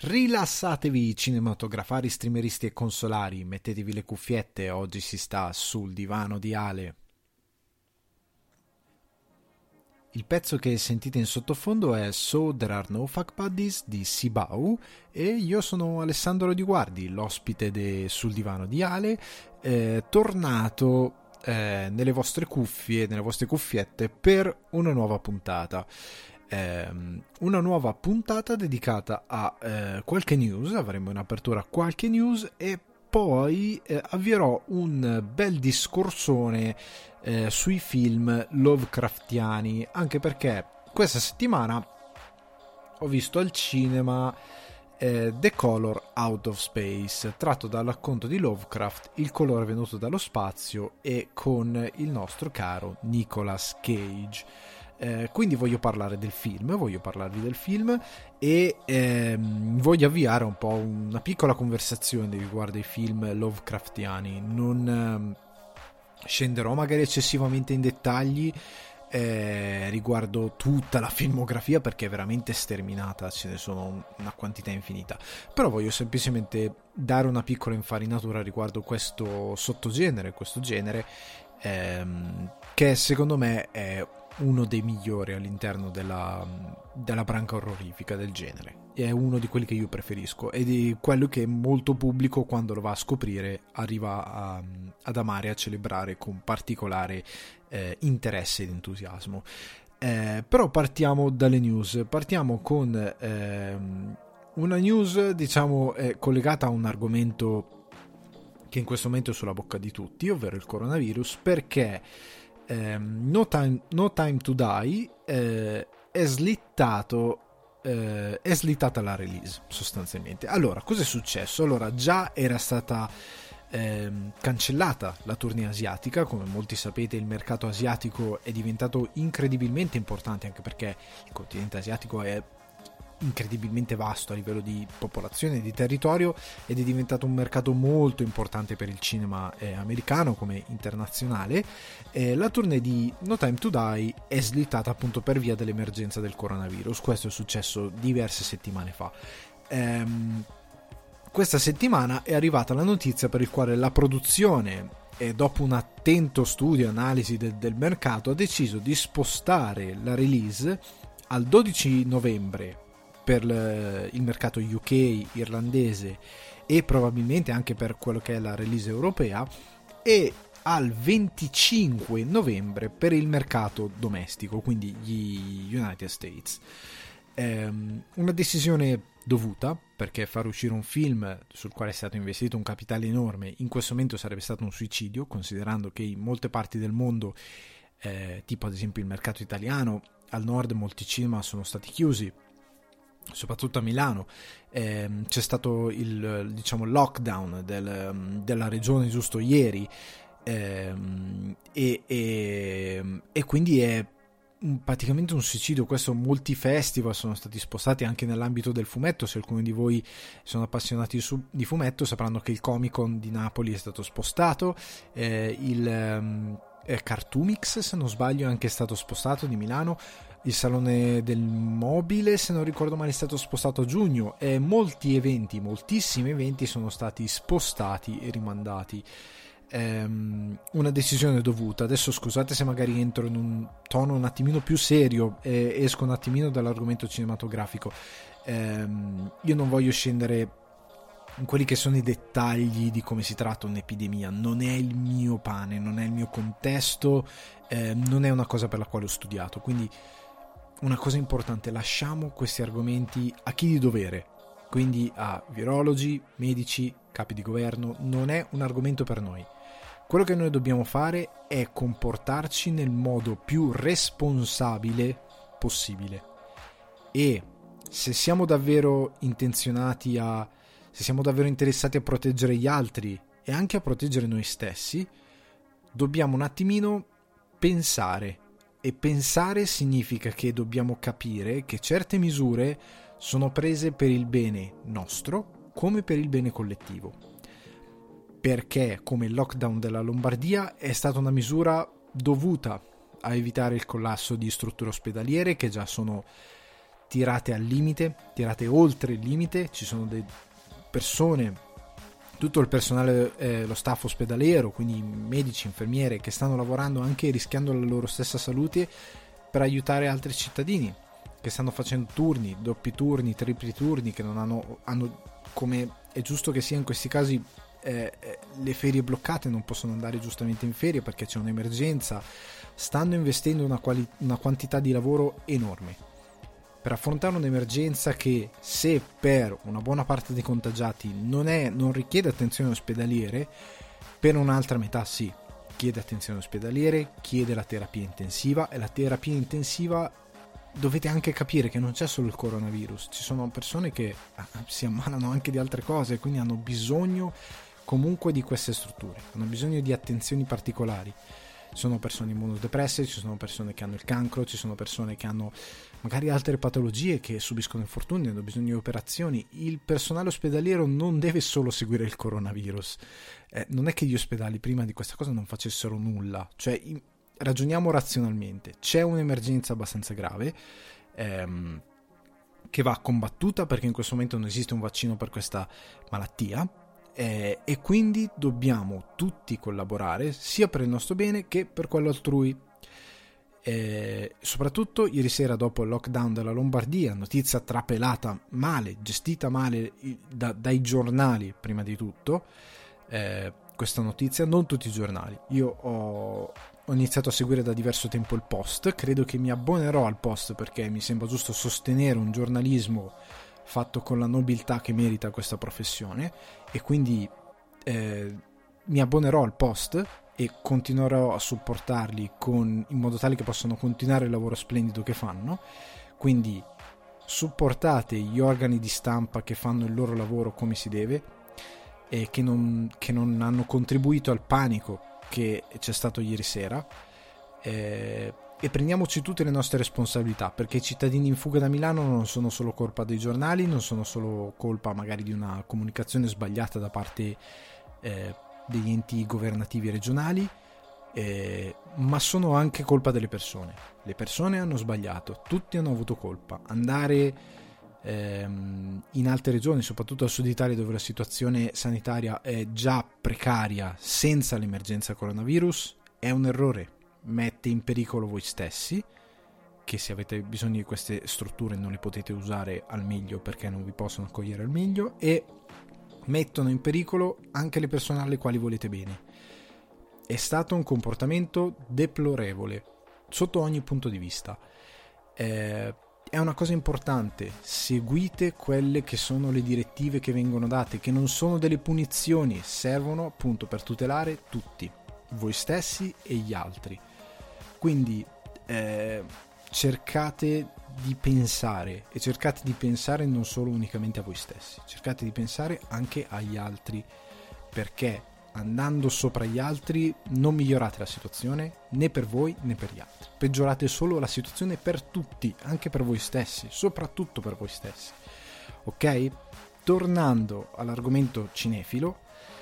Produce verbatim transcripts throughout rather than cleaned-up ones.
Rilassatevi cinematografari, streameristi e consolari, mettetevi le cuffiette, oggi si sta sul divano di Ale. Il pezzo che sentite in sottofondo è So There Are No Fuck Buddies di Sibau e io sono Alessandro Di Guardi, l'ospite de sul divano di Ale, eh, tornato eh, nelle vostre cuffie, nelle vostre cuffiette per una nuova puntata. Eh, una nuova puntata dedicata a eh, qualche news, avremo in apertura qualche news e poi eh, avvierò un bel discorsone eh, sui film Lovecraftiani, anche perché questa settimana ho visto al cinema eh, The Color Out of Space, tratto dal racconto di Lovecraft, Il colore venuto dallo spazio, e con il nostro caro Nicolas Cage. Eh, quindi voglio parlare del film, voglio parlarvi del film e ehm, voglio avviare un po' una piccola conversazione riguardo ai film Lovecraftiani. Non ehm, scenderò magari eccessivamente in dettagli eh, riguardo tutta la filmografia, perché è veramente sterminata, ce ne sono una quantità infinita, però voglio semplicemente dare una piccola infarinatura riguardo questo sottogenere, questo genere ehm, che secondo me è uno dei migliori all'interno della, della branca orrorifica del genere. È uno di quelli che io preferisco ed è quello che molto pubblico, quando lo va a scoprire, arriva a, ad amare e a celebrare con particolare eh, interesse ed entusiasmo. Eh, però partiamo dalle news. Partiamo con eh, una news, diciamo, eh, collegata a un argomento che in questo momento è sulla bocca di tutti, ovvero il coronavirus, perché Um, no, time, no Time to Die eh, è slittato eh, è slittata la release sostanzialmente. Allora, cosa è successo? Allora, già era stata ehm, cancellata la tournée asiatica. Come molti sapete, il mercato asiatico è diventato incredibilmente importante, anche perché il continente asiatico è incredibilmente vasto a livello di popolazione e di territorio ed è diventato un mercato molto importante per il cinema eh, americano come internazionale. Eh, la tournée di No Time to Die è slittata appunto per via dell'emergenza del coronavirus. Questo è successo diverse settimane fa. Ehm, questa settimana è arrivata la notizia per il quale la produzione, e dopo un attento studio e analisi del, del mercato, ha deciso di spostare la release al dodici novembre per il mercato U K, irlandese, e probabilmente anche per quello che è la release europea, e al venticinque novembre per il mercato domestico, quindi gli United States. Ehm, una decisione dovuta, perché far uscire un film sul quale è stato investito un capitale enorme in questo momento sarebbe stato un suicidio, considerando che in molte parti del mondo, eh, tipo ad esempio il mercato italiano, al nord molti cinema sono stati chiusi, soprattutto a Milano. Eh, c'è stato il, diciamo, lockdown del, della regione giusto ieri, eh, e, e, e quindi è un, praticamente un suicidio questo. Molti festival sono stati spostati anche nell'ambito del fumetto. Se alcuni di voi sono appassionati su, di fumetto sapranno che il Comic Con di Napoli è stato spostato, eh, il um, eh, Cartoomix, se non sbaglio, è anche stato spostato di Milano. Il Salone del Mobile, se non ricordo male, è stato spostato a giugno, e molti eventi, moltissimi eventi sono stati spostati e rimandati. Ehm, una decisione dovuta. Adesso scusate se magari entro in un tono un attimino più serio e esco un attimino dall'argomento cinematografico. Ehm, io non voglio scendere in quelli che sono i dettagli di come si tratta un'epidemia, non è il mio pane, non è il mio contesto, eh, non è una cosa per la quale ho studiato, quindi una cosa importante: lasciamo questi argomenti a chi di dovere, quindi a virologi, medici, capi di governo. Non è un argomento per noi. Quello che noi dobbiamo fare è comportarci nel modo più responsabile possibile, e se siamo davvero intenzionati a se siamo davvero interessati a proteggere gli altri e anche a proteggere noi stessi, dobbiamo un attimino pensare. E pensare significa che dobbiamo capire che certe misure sono prese per il bene nostro come per il bene collettivo. Perché, come il lockdown della Lombardia, è stata una misura dovuta a evitare il collasso di strutture ospedaliere che già sono tirate al limite, tirate oltre il limite. Ci sono delle persone, tutto il personale, eh, lo staff ospedaliero, quindi medici, infermiere, che stanno lavorando anche rischiando la loro stessa salute per aiutare altri cittadini, che stanno facendo turni, doppi turni, tripli turni, che non hanno, hanno come è giusto che sia in questi casi, eh, le ferie bloccate, non possono andare giustamente in ferie perché c'è un'emergenza. Stanno investendo una, quali- una quantità di lavoro enorme per affrontare un'emergenza che, se per una buona parte dei contagiati non, è, non richiede attenzione ospedaliere, per un'altra metà sì, chiede attenzione ospedaliere, chiede la terapia intensiva. E la terapia intensiva, dovete anche capire che non c'è solo il coronavirus, ci sono persone che si ammalano anche di altre cose, quindi hanno bisogno comunque di queste strutture, hanno bisogno di attenzioni particolari. Ci sono persone immunodepresse, ci sono persone che hanno il cancro, ci sono persone che hanno magari altre patologie, che subiscono infortuni, hanno bisogno di operazioni. Il personale ospedaliero non deve solo seguire il coronavirus. Eh, non è che gli ospedali prima di questa cosa non facessero nulla. Cioè, in, ragioniamo razionalmente. C'è un'emergenza abbastanza grave ehm, che va combattuta, perché in questo momento non esiste un vaccino per questa malattia. Eh, e quindi dobbiamo tutti collaborare, sia per il nostro bene che per quello altrui. Eh, soprattutto ieri sera, dopo il lockdown della Lombardia, notizia trapelata male, gestita male da, dai giornali prima di tutto, eh, questa notizia, non tutti i giornali. Io ho, ho iniziato a seguire da diverso tempo il Post, credo che mi abbonerò al Post perché mi sembra giusto sostenere un giornalismo fatto con la nobiltà che merita questa professione, e quindi eh, mi abbonerò al Post e continuerò a supportarli con, in modo tale che possano continuare il lavoro splendido che fanno. Quindi supportate gli organi di stampa che fanno il loro lavoro come si deve e che non, che non hanno contribuito al panico che c'è stato ieri sera, eh, e prendiamoci tutte le nostre responsabilità, perché i cittadini in fuga da Milano non sono solo colpa dei giornali, non sono solo colpa magari di una comunicazione sbagliata da parte eh, degli enti governativi regionali, eh, ma sono anche colpa delle persone. Le persone hanno sbagliato, tutti hanno avuto colpa. Andare ehm, in altre regioni, soprattutto al sud Italia, dove la situazione sanitaria è già precaria senza l'emergenza coronavirus, è un errore. Mette in pericolo voi stessi, che se avete bisogno di queste strutture non le potete usare al meglio perché non vi possono accogliere al meglio, e mettono in pericolo anche le persone alle quali volete bene. È stato un comportamento deplorevole sotto ogni punto di vista. Eh, è una cosa importante: seguite quelle che sono le direttive che vengono date, che non sono delle punizioni, servono appunto per tutelare tutti, voi stessi e gli altri. Quindi eh, cercate di pensare, e cercate di pensare non solo unicamente a voi stessi, cercate di pensare anche agli altri, perché andando sopra gli altri non migliorate la situazione né per voi né per gli altri, peggiorate solo la situazione per tutti, anche per voi stessi, soprattutto per voi stessi. Ok? Tornando all'argomento cinefilo,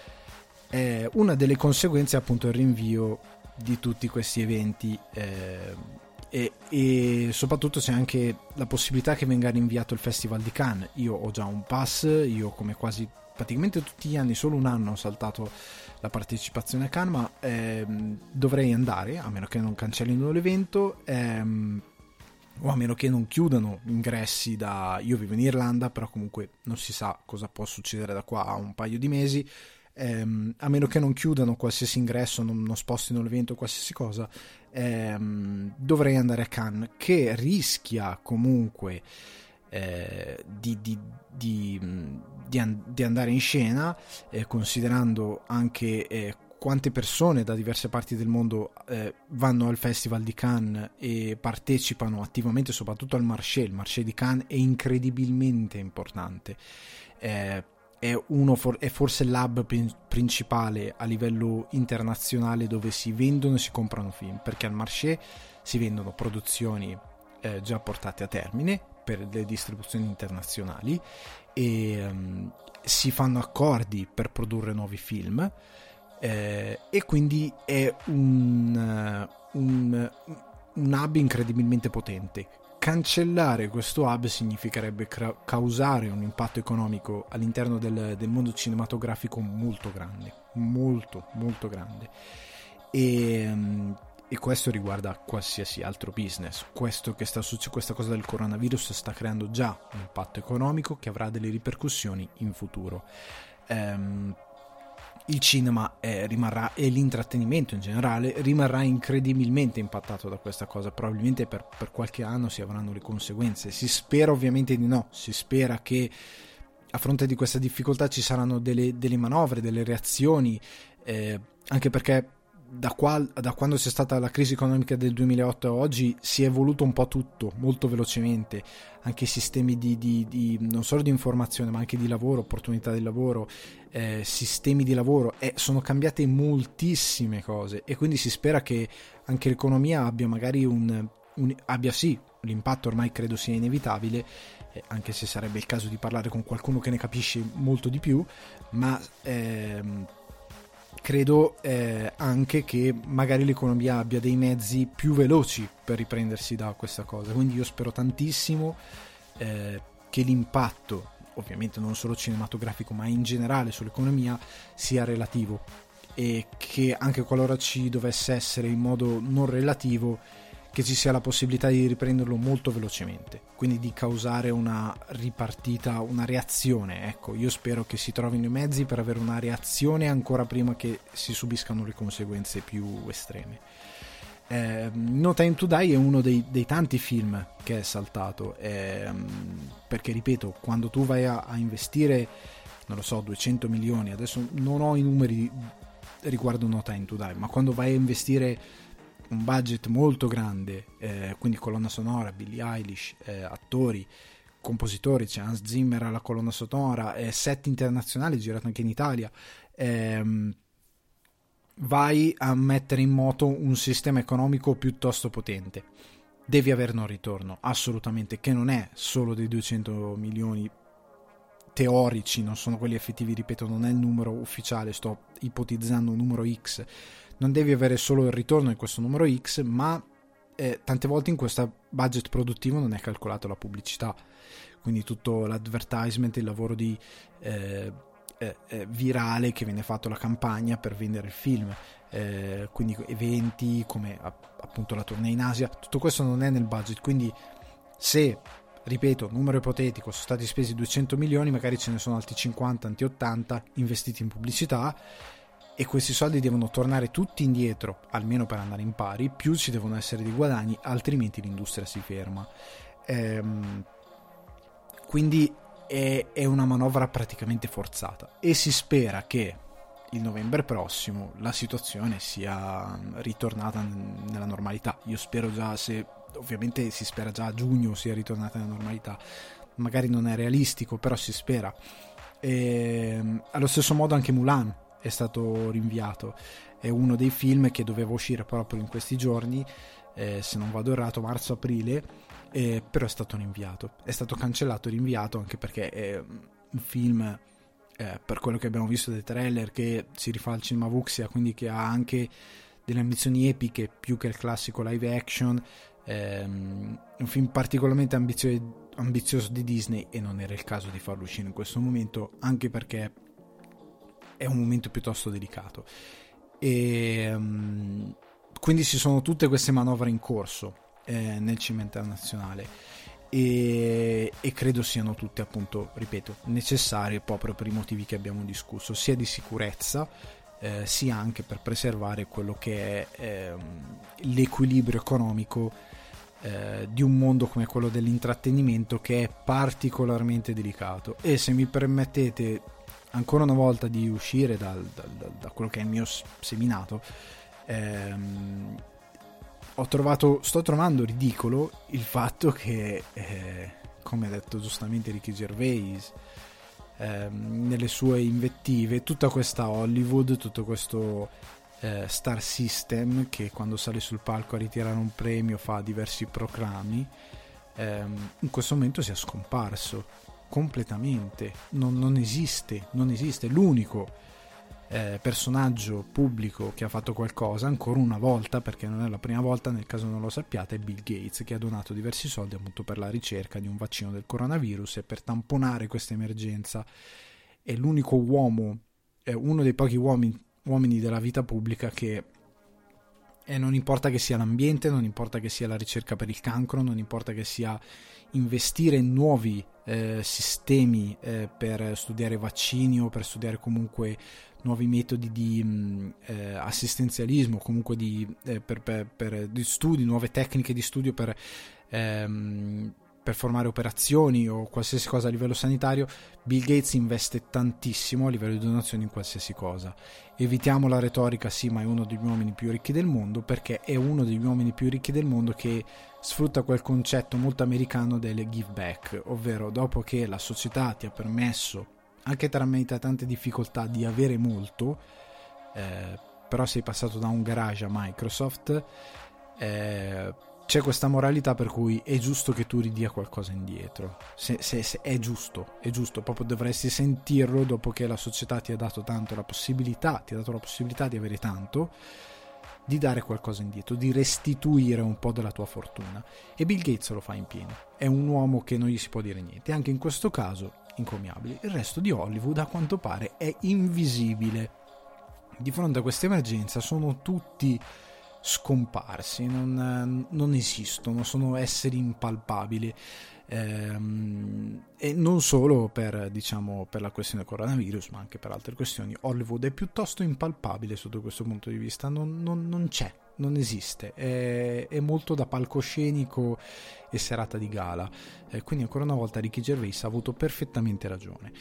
eh, una delle conseguenze è appunto il rinvio di tutti questi eventi, eh, e, e soprattutto c'è anche la possibilità che venga rinviato il Festival di Cannes. Io ho già un pass, io come quasi praticamente tutti gli anni, solo un anno ho saltato la partecipazione a Cannes, ma ehm, dovrei andare, a meno che non cancellino l'evento, ehm, o a meno che non chiudano ingressi da... Io vivo in Irlanda, però comunque non si sa cosa può succedere da qua a un paio di mesi. Ehm, a meno che non chiudano qualsiasi ingresso, non, non spostino l'evento, qualsiasi cosa, ehm, dovrei andare a Cannes, che rischia comunque eh, di, di, di, di, an- di andare in scena, eh, considerando anche eh, quante persone da diverse parti del mondo eh, vanno al Festival di Cannes e partecipano attivamente, soprattutto al Marché. Il Marché di Cannes è incredibilmente importante, eh, è, uno for- è forse l'hub principale a livello internazionale dove si vendono e si comprano film, perché al Marché si vendono produzioni eh, già portate a termine per le distribuzioni internazionali, e um, si fanno accordi per produrre nuovi film, eh, e quindi è un, uh, un, un hub incredibilmente potente. cancellare questo hub significherebbe cra- causare un impatto economico all'interno del, del mondo cinematografico molto grande, molto molto grande, e, e questo riguarda qualsiasi altro business. Questo che sta succedendo, questa cosa del coronavirus sta creando già un impatto economico che avrà delle ripercussioni in futuro. Um, il cinema eh, rimarrà, e l'intrattenimento in generale rimarrà incredibilmente impattato da questa cosa. Probabilmente per, per qualche anno si avranno le conseguenze. Si spera ovviamente di no, si spera che a fronte di questa difficoltà ci saranno delle, delle manovre, delle reazioni, eh, anche perché da, qual, da quando c'è stata la crisi economica del duemilaotto a oggi si è evoluto un po' tutto molto velocemente, anche i sistemi di, di, di non solo di informazione ma anche di lavoro, opportunità di lavoro, eh, sistemi di lavoro, e sono cambiate moltissime cose, e quindi si spera che anche l'economia abbia magari un, un abbia sì, l'impatto ormai credo sia inevitabile, eh, anche se sarebbe il caso di parlare con qualcuno che ne capisce molto di più, ma ehm, credo eh, anche che magari l'economia abbia dei mezzi più veloci per riprendersi da questa cosa. Quindi io spero tantissimo eh, che l'impatto, ovviamente non solo cinematografico ma in generale sull'economia, sia relativo, e che anche qualora ci dovesse essere in modo non relativo, che ci sia la possibilità di riprenderlo molto velocemente, quindi di causare una ripartita, una reazione. Ecco, io spero che si trovino i mezzi per avere una reazione ancora prima che si subiscano le conseguenze più estreme. eh, No Time to Die è uno dei, dei tanti film che è saltato, eh, perché ripeto, quando tu vai a, a investire, non lo so, duecento milioni, adesso non ho i numeri riguardo No Time to Die, ma quando vai a investire un budget molto grande, eh, quindi colonna sonora, Billie Eilish, eh, attori, compositori, c'è Hans Zimmer alla colonna sonora, eh, set internazionali girato anche in Italia, ehm, vai a mettere in moto un sistema economico piuttosto potente, devi averne un ritorno, assolutamente, che non è solo dei duecento milioni teorici, non sono quelli effettivi, ripeto, non è il numero ufficiale, sto ipotizzando un numero X. Non devi avere solo il ritorno di questo numero X, ma eh, tante volte in questo budget produttivo non è calcolata la pubblicità, quindi tutto l'advertisement, il lavoro di eh, eh, virale che viene fatto, la campagna per vendere il film, eh, quindi eventi come appunto la tournée in Asia, tutto questo non è nel budget. Quindi se, ripeto, numero ipotetico, sono stati spesi duecento milioni, magari ce ne sono altri cinquanta, altri ottanta investiti in pubblicità, e questi soldi devono tornare tutti indietro, almeno per andare in pari, più ci devono essere dei guadagni, altrimenti l'industria si ferma. Ehm, quindi è, è una manovra praticamente forzata, e si spera che il novembre prossimo la situazione sia ritornata nella normalità. Io spero già, se ovviamente si spera già a giugno sia ritornata nella normalità, magari non è realistico, però si spera. E, allo stesso modo anche Mulan è stato rinviato, è uno dei film che doveva uscire proprio in questi giorni, eh, se non vado errato marzo-aprile, eh, però è stato rinviato, è stato cancellato e rinviato, anche perché è un film, eh, per quello che abbiamo visto dai trailer, che si rifà al cinema fucsia, quindi che ha anche delle ambizioni epiche più che il classico live action, ehm, un film particolarmente ambizioso, ambizioso di Disney, e non era il caso di farlo uscire in questo momento, anche perché è un momento piuttosto delicato. E um, quindi ci sono tutte queste manovre in corso eh, nel cinema internazionale, e, e credo siano tutte, appunto, ripeto, necessarie proprio per i motivi che abbiamo discusso, sia di sicurezza, eh, sia anche per preservare quello che è eh, l'equilibrio economico eh, di un mondo come quello dell'intrattenimento, che è particolarmente delicato. E se mi permettete ancora una volta di uscire dal, dal, da quello che è il mio seminato, ehm, ho trovato, sto trovando ridicolo il fatto che, eh, come ha detto giustamente Ricky Gervais, ehm, nelle sue invettive, tutta questa Hollywood, tutto questo eh, star system che quando sale sul palco a ritirare un premio fa diversi proclami, ehm, in questo momento sia scomparso completamente, non, non esiste, non esiste. L'unico eh, personaggio pubblico che ha fatto qualcosa, ancora una volta, perché non è la prima volta, nel caso non lo sappiate, è Bill Gates, che ha donato diversi soldi appunto per la ricerca di un vaccino del coronavirus e per tamponare questa emergenza. È l'unico uomo, è uno dei pochi uomini, uomini della vita pubblica che e non importa che sia l'ambiente, non importa che sia la ricerca per il cancro, non importa che sia investire in nuovi eh, sistemi eh, per studiare vaccini o per studiare comunque nuovi metodi di mh, eh, assistenzialismo, comunque di, eh, per, per, per, di studi, nuove tecniche di studio per, ehm, per formare operazioni o qualsiasi cosa a livello sanitario. Bill Gates investe tantissimo a livello di donazioni in qualsiasi cosa. Evitiamo la retorica, sì, ma è uno degli uomini più ricchi del mondo, perché è uno degli uomini più ricchi del mondo che sfrutta quel concetto molto americano del give back, ovvero dopo che la società ti ha permesso, anche tramite tante difficoltà, di avere molto, eh, però sei passato da un garage a Microsoft, eh, c'è questa moralità per cui è giusto che tu ridia qualcosa indietro. Se, se, se è giusto, è giusto, proprio dovresti sentirlo dopo che la società ti ha dato tanto la possibilità, ti ha dato la possibilità di avere tanto, di dare qualcosa indietro, di restituire un po' della tua fortuna. E Bill Gates lo fa in pieno. È un uomo che non gli si può dire niente. Anche in questo caso, incommiabile. Il resto di Hollywood, a quanto pare, è invisibile. Di fronte a questa emergenza sono tutti scomparsi, non, non esistono, sono esseri impalpabili, ehm, e non solo per, diciamo, per la questione coronavirus, ma anche per altre questioni. Hollywood è piuttosto impalpabile sotto questo punto di vista, non, non, non c'è, non esiste, è, è molto da palcoscenico e serata di gala, eh, quindi ancora una volta Ricky Gervais ha avuto perfettamente ragione.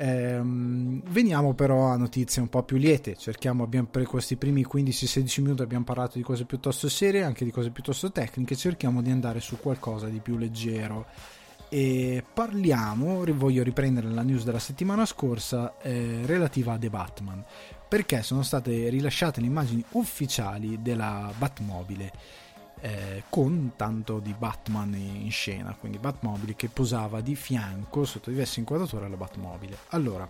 Ehm, veniamo però a notizie un po' più liete. Cerchiamo, abbiamo per questi primi quindici sedici minuti abbiamo parlato di cose piuttosto serie, anche di cose piuttosto tecniche. Cerchiamo di andare su qualcosa di più leggero e parliamo, voglio riprendere la news della settimana scorsa eh, relativa a The Batman, perché sono state rilasciate le immagini ufficiali della Batmobile, Eh, con tanto di Batman in scena, quindi Batmobile che posava di fianco sotto diverse inquadrature alla Batmobile. Allora,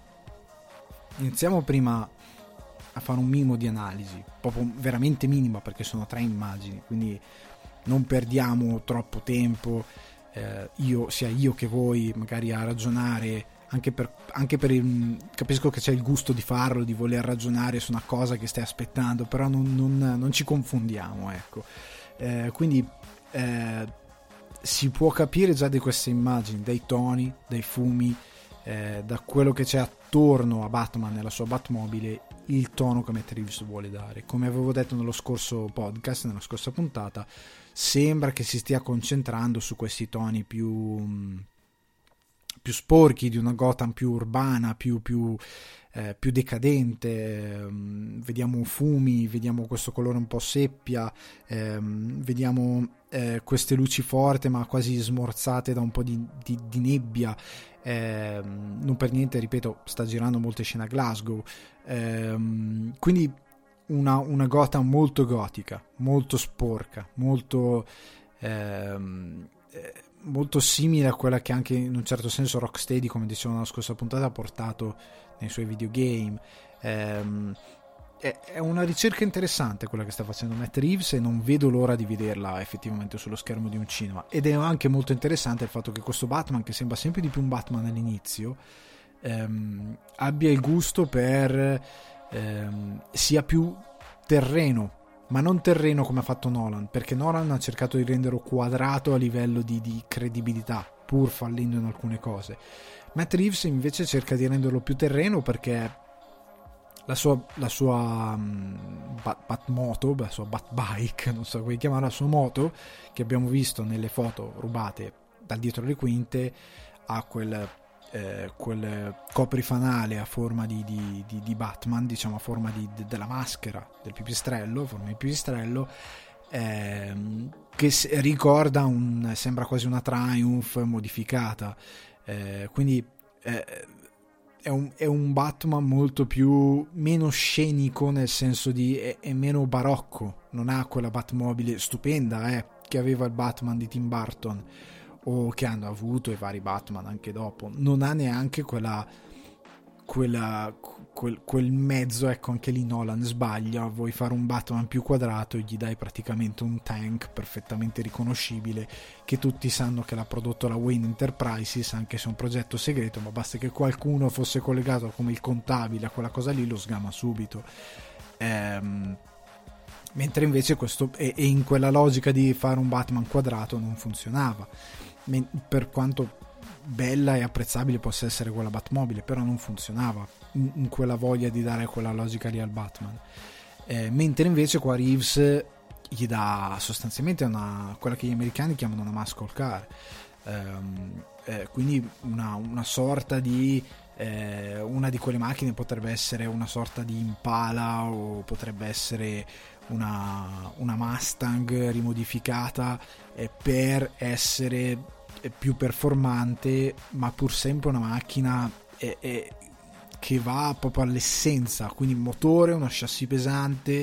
iniziamo prima a fare un minimo di analisi, proprio veramente minima, perché sono tre immagini, quindi non perdiamo troppo tempo, eh, io, sia io che voi, magari a ragionare, anche per, anche per il, capisco che c'è il gusto di farlo, di voler ragionare su una cosa che stai aspettando, però non, non, non ci confondiamo, ecco. Eh, quindi eh, si può capire già di queste immagini, dai toni, dai fumi, eh, da quello che c'è attorno a Batman e alla sua Batmobile, il tono che Matt Reeves vuole dare. Come avevo detto nello scorso podcast, nella scorsa puntata, sembra che si stia concentrando su questi toni più più sporchi, di una Gotham più urbana, più, più, eh, più decadente. Um, vediamo fumi, vediamo questo colore un po' seppia, ehm, vediamo eh, queste luci forti ma quasi smorzate da un po' di, di, di nebbia. Eh, non per niente, ripeto, sta girando molte scene a Glasgow, eh, quindi una, una Gotham molto gotica, molto sporca, molto ehm, eh, molto simile a quella che anche in un certo senso Rocksteady, come dicevo nella scorsa puntata, ha portato nei suoi videogame. ehm, è, è una ricerca interessante quella che sta facendo Matt Reeves e non vedo l'ora di vederla effettivamente sullo schermo di un cinema. Ed è anche molto interessante il fatto che questo Batman, che sembra sempre di più un Batman all'inizio, ehm, abbia il gusto per ehm, sia più terreno, ma non terreno come ha fatto Nolan, perché Nolan ha cercato di renderlo quadrato a livello di, di credibilità, pur fallendo in alcune cose. Matt Reeves invece cerca di renderlo più terreno, perché la sua, la sua um, bat, Batmoto, la sua Batbike, non so come chiamarla, la sua moto, che abbiamo visto nelle foto rubate dal dietro le quinte, ha quel Eh, quel coprifanale a forma di, di, di, di Batman, diciamo a forma di, de, della maschera del pipistrello, a forma di pipistrello, ehm, che ricorda un, sembra quasi una Triumph modificata, eh, quindi eh, è, un, è un Batman molto più meno scenico, nel senso di è, è meno barocco, non ha quella Batmobile stupenda eh, che aveva il Batman di Tim Burton, o che hanno avuto i vari Batman anche dopo. Non ha neanche quella quella, quel, quel mezzo, ecco, anche lì Nolan sbaglia. Vuoi fare un Batman più quadrato e gli dai praticamente un tank perfettamente riconoscibile che tutti sanno che l'ha prodotto la Wayne Enterprises, anche se è un progetto segreto, ma basta che qualcuno fosse collegato come il contabile a quella cosa lì, lo sgama subito. ehm, mentre invece questo, e, e in quella logica di fare un Batman quadrato non funzionava, per quanto bella e apprezzabile possa essere quella Batmobile, però non funzionava in, in quella voglia di dare quella logica lì al Batman. Eh, mentre invece qua Reeves gli dà sostanzialmente una, quella che gli americani chiamano una muscle car, ehm, eh, quindi una, una sorta di eh, una di quelle macchine potrebbe essere una sorta di Impala, o potrebbe essere una, una Mustang rimodificata eh, per essere più performante, ma pur sempre una macchina eh, eh, che va proprio all'essenza, quindi motore, uno chassis pesante,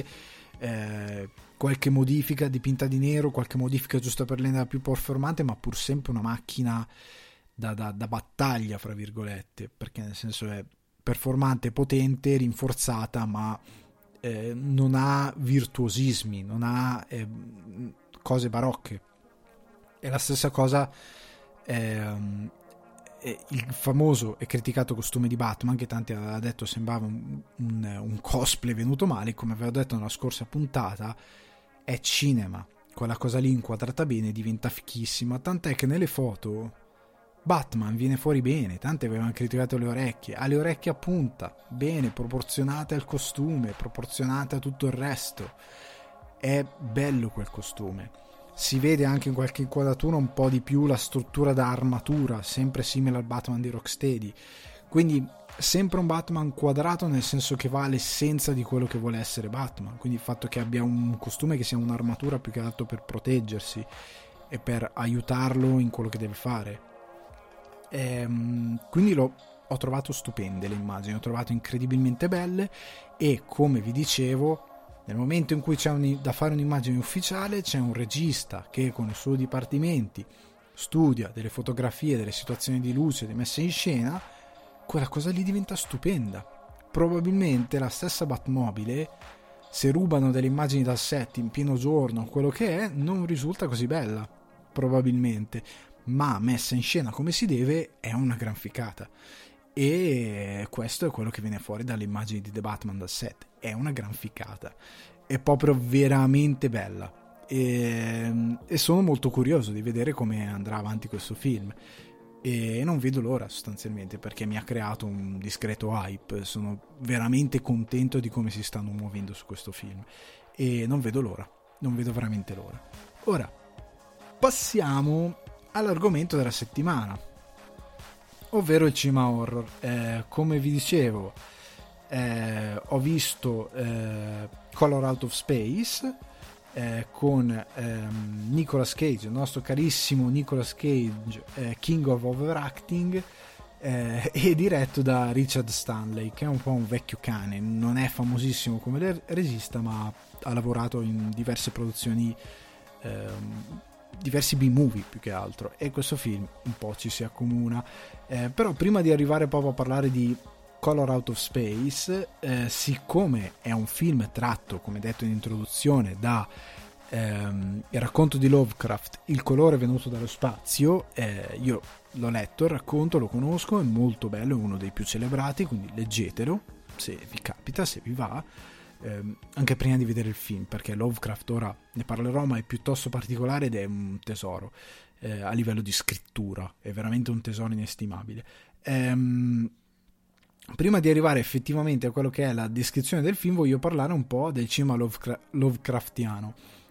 eh, qualche modifica dipinta di nero, qualche modifica giusto per renderla più performante, ma pur sempre una macchina da, da, da battaglia, fra virgolette, perché nel senso è performante, potente, rinforzata, ma eh, non ha virtuosismi, non ha eh, cose barocche. È la stessa cosa ehm, il famoso e criticato costume di Batman, che tanti aveva detto sembrava un, un, un cosplay venuto male. Come avevo detto nella scorsa puntata, è cinema, quella cosa lì inquadrata bene diventa fichissima, tant'è che nelle foto Batman viene fuori bene. Tanti avevano criticato le orecchie, ha le orecchie a punta, bene, proporzionate al costume, proporzionate a tutto il resto. È bello quel costume. Si vede anche in qualche inquadratura un po' di più la struttura da armatura, sempre simile al Batman di Rocksteady. Quindi sempre un Batman quadrato, nel senso che va all'essenza di quello che vuole essere Batman. Quindi il fatto che abbia un costume che sia un'armatura più che altro per proteggersi e per aiutarlo in quello che deve fare. Ehm, quindi lo, ho trovato stupende le immagini, ho trovato incredibilmente belle, e come vi dicevo, nel momento in cui c'è un, da fare un'immagine ufficiale, c'è un regista che con i suoi dipartimenti studia delle fotografie, delle situazioni di luce, di messa in scena, quella cosa lì diventa stupenda. Probabilmente la stessa Batmobile, se rubano delle immagini dal set in pieno giorno, quello che è, non risulta così bella, probabilmente, ma messa in scena come si deve è una gran ficata. E questo è quello che viene fuori dalle immagini di The Batman dal set. È una gran ficata, è proprio veramente bella, e, e sono molto curioso di vedere come andrà avanti questo film, e non vedo l'ora sostanzialmente, perché mi ha creato un discreto hype. Sono veramente contento di come si stanno muovendo su questo film e non vedo l'ora, non vedo veramente l'ora. Ora passiamo all'argomento della settimana, ovvero il cinema horror. Eh, come vi dicevo, eh, ho visto eh, Color Out of Space eh, con ehm, Nicolas Cage, il nostro carissimo Nicolas Cage, eh, King of Overacting, eh, e diretto da Richard Stanley, che è un po' un vecchio cane, non è famosissimo come regista, ma ha lavorato in diverse produzioni, ehm, diversi B-movie più che altro, e questo film un po' ci si accomuna. Eh, però prima di arrivare proprio a parlare di Color Out of Space, eh, siccome è un film tratto, come detto in introduzione, da ehm, il racconto di Lovecraft, Il colore venuto dallo spazio, eh, io l'ho letto il racconto, lo conosco, è molto bello, è uno dei più celebrati, quindi leggetelo se vi capita, se vi va, eh, anche prima di vedere il film, perché Lovecraft, ora ne parlerò, ma è piuttosto particolare ed è un tesoro, eh, a livello di scrittura è veramente un tesoro inestimabile. Ehm, prima di arrivare effettivamente a quello che è la descrizione del film, voglio parlare un po' del cinema Lovecra- Lovecraftiano.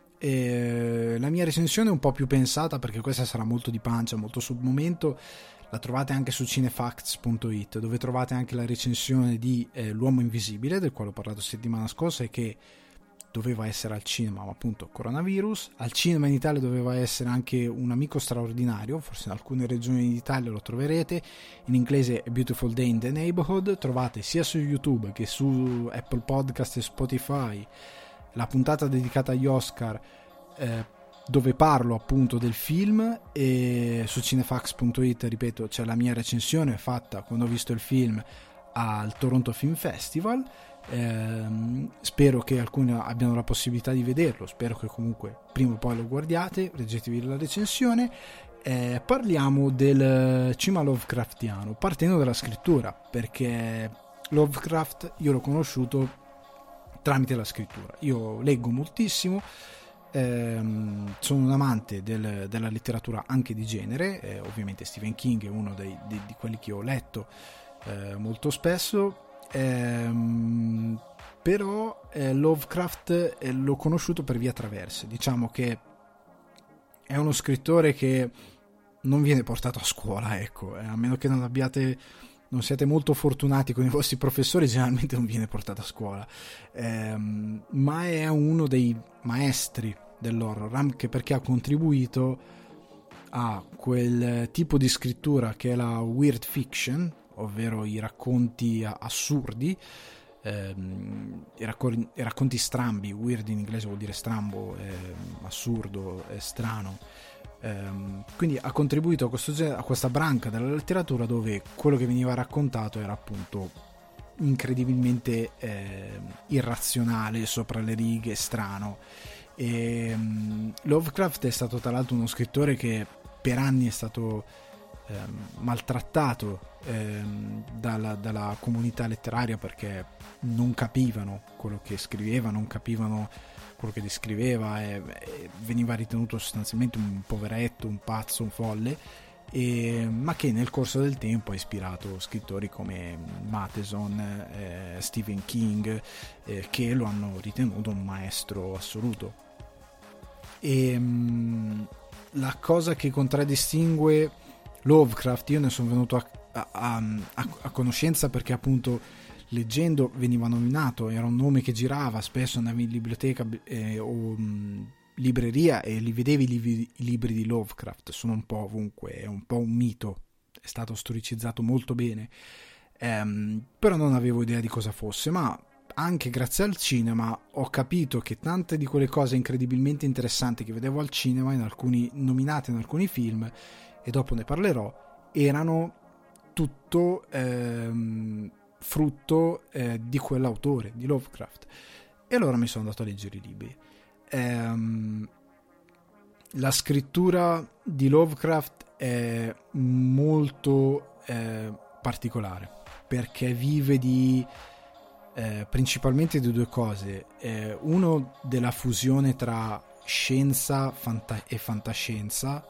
E la mia recensione è un po' più pensata, perché questa sarà molto di pancia, molto sul momento. La trovate anche su cinefacts punto it, dove trovate anche la recensione di eh, L'Uomo Invisibile, del quale ho parlato settimana scorsa e che doveva essere al cinema, ma appunto coronavirus. Al cinema in Italia doveva essere anche Un amico straordinario, forse in alcune regioni d'Italia lo troverete, in inglese A Beautiful Day in the Neighborhood. Trovate sia su YouTube che su Apple Podcast e Spotify la puntata dedicata agli Oscar, eh, dove parlo appunto del film, e su cinefacts punto it, ripeto, c'è la mia recensione fatta quando ho visto il film al Toronto Film Festival. Eh, spero che alcuni abbiano la possibilità di vederlo, spero che comunque prima o poi lo guardiate, leggetevi la recensione. Eh, parliamo del cinema Lovecraftiano, partendo dalla scrittura, perché Lovecraft io l'ho conosciuto tramite la scrittura. Io leggo moltissimo, ehm, sono un amante del, della letteratura anche di genere, eh, ovviamente Stephen King è uno dei, di, di quelli che ho letto eh, molto spesso. Ehm, però eh, Lovecraft eh, l'ho conosciuto per vie traverse. Diciamo che è uno scrittore che non viene portato a scuola, ecco, eh, a meno che non abbiate non siate molto fortunati con i vostri professori, generalmente non viene portato a scuola, ehm, ma è uno dei maestri dell'horror, anche perché ha contribuito a quel tipo di scrittura che è la weird fiction, ovvero i racconti assurdi, ehm, i, raccon- i racconti strambi. Weird in inglese vuol dire strambo, ehm, assurdo, eh, strano. Ehm, quindi ha contribuito a, questo, a questa branca della letteratura dove quello che veniva raccontato era appunto incredibilmente eh, irrazionale, sopra le righe, strano. E, um, Lovecraft è stato tra l'altro uno scrittore che per anni è stato ehm, maltrattato ehm, dalla, dalla comunità letteraria, perché non capivano quello che scriveva, non capivano quello che descriveva, e, e veniva ritenuto sostanzialmente un poveretto, un pazzo, un folle, e, ma che nel corso del tempo ha ispirato scrittori come Matheson, eh, Stephen King, eh, che lo hanno ritenuto un maestro assoluto. E mh, la cosa che contraddistingue Lovecraft, io ne sono venuto a, a, a, a conoscenza perché appunto leggendo veniva nominato, era un nome che girava, spesso andavi in biblioteca eh, o mh, libreria e li vedevi i libri, i libri di Lovecraft, sono un po' ovunque, è un po' un mito, è stato storicizzato molto bene, ehm, però non avevo idea di cosa fosse, ma anche grazie al cinema ho capito che tante di quelle cose incredibilmente interessanti che vedevo al cinema, in alcuni nominate in alcuni film, e dopo ne parlerò, erano tutto ehm, frutto eh, di quell'autore, di Lovecraft. E allora mi sono andato a leggere i libri. Ehm, la scrittura di Lovecraft è molto eh, particolare, perché vive di eh, principalmente di due cose. Eh, uno, della fusione tra scienza fanta- e fantascienza,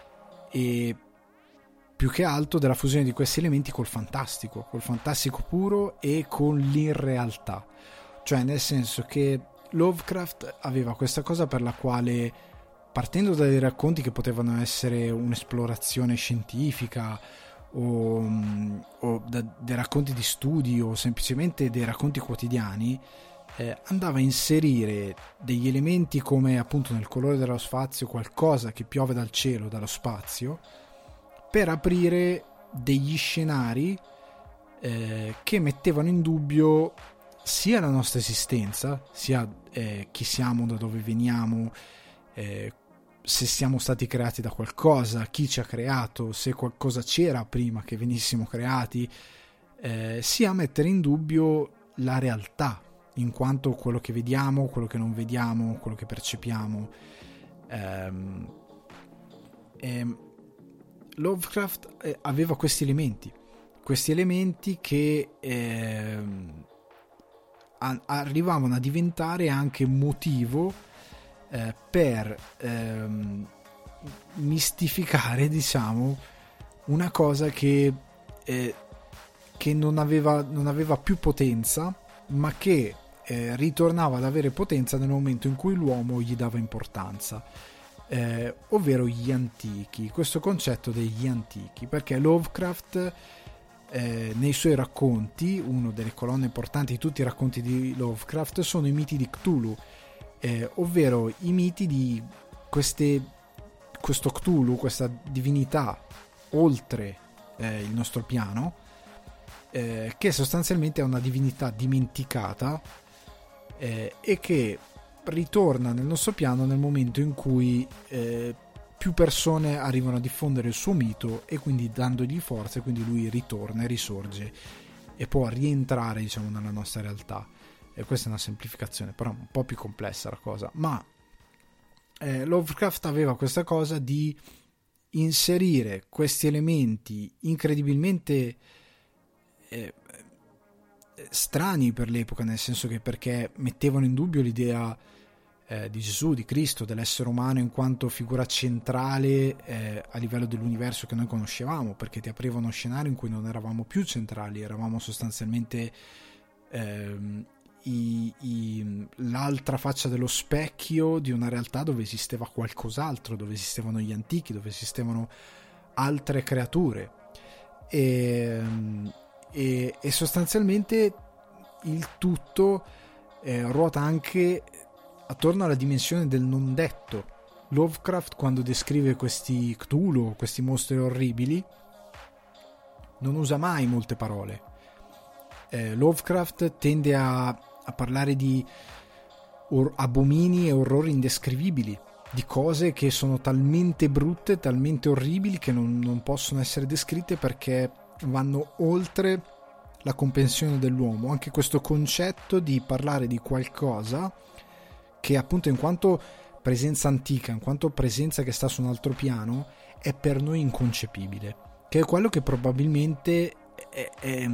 e più che altro della fusione di questi elementi col fantastico, col fantastico puro e con l'irrealtà. Cioè, nel senso che Lovecraft aveva questa cosa per la quale, partendo dai racconti che potevano essere un'esplorazione scientifica o, o da, dei racconti di studi o semplicemente dei racconti quotidiani, eh, andava a inserire degli elementi come appunto nel colore dello spazio, qualcosa che piove dal cielo, dallo spazio, per aprire degli scenari eh, che mettevano in dubbio sia la nostra esistenza, sia eh, chi siamo, da dove veniamo, eh, se siamo stati creati da qualcosa, chi ci ha creato, se qualcosa c'era prima che venissimo creati, eh, sia mettere in dubbio la realtà, in quanto quello che vediamo, quello che non vediamo, quello che percepiamo. Ehm, ehm, Lovecraft eh, aveva questi elementi, questi elementi che eh, a- arrivavano a diventare anche motivo eh, per ehm, mistificare, diciamo, una cosa che, eh, che non aveva, non aveva più potenza, ma che eh, ritornava ad avere potenza nel momento in cui l'uomo gli dava importanza. Eh, ovvero gli antichi, questo concetto degli antichi, perché Lovecraft eh, nei suoi racconti, una delle colonne portanti di tutti i racconti di Lovecraft sono i miti di Cthulhu, eh, ovvero i miti di queste, questo Cthulhu, questa divinità oltre eh, il nostro piano, eh, che sostanzialmente è una divinità dimenticata eh, e che ritorna nel nostro piano nel momento in cui eh, più persone arrivano a diffondere il suo mito, e quindi dandogli forza, e quindi lui ritorna e risorge e può rientrare, diciamo, nella nostra realtà. E questa è una semplificazione, però un po' più complessa la cosa. Ma eh, Lovecraft aveva questa cosa di inserire questi elementi incredibilmente eh, strani per l'epoca, nel senso che perché mettevano in dubbio l'idea eh, di Gesù, di Cristo, dell'essere umano in quanto figura centrale eh, a livello dell'universo che noi conoscevamo, perché ti apriva uno scenario in cui non eravamo più centrali, eravamo sostanzialmente ehm, i, i, l'altra faccia dello specchio di una realtà dove esisteva qualcos'altro, dove esistevano gli antichi, dove esistevano altre creature e, e, e sostanzialmente il tutto eh, ruota anche attorno alla dimensione del non detto. Lovecraft, quando descrive questi Cthulhu, questi mostri orribili, non usa mai molte parole. eh, Lovecraft tende a a parlare di or- abomini e orrori indescrivibili, di cose che sono talmente brutte, talmente orribili che non, non possono essere descritte perché vanno oltre la comprensione dell'uomo. Anche questo concetto di parlare di qualcosa che appunto in quanto presenza antica, in quanto presenza che sta su un altro piano, è per noi inconcepibile, che è quello che probabilmente è, è,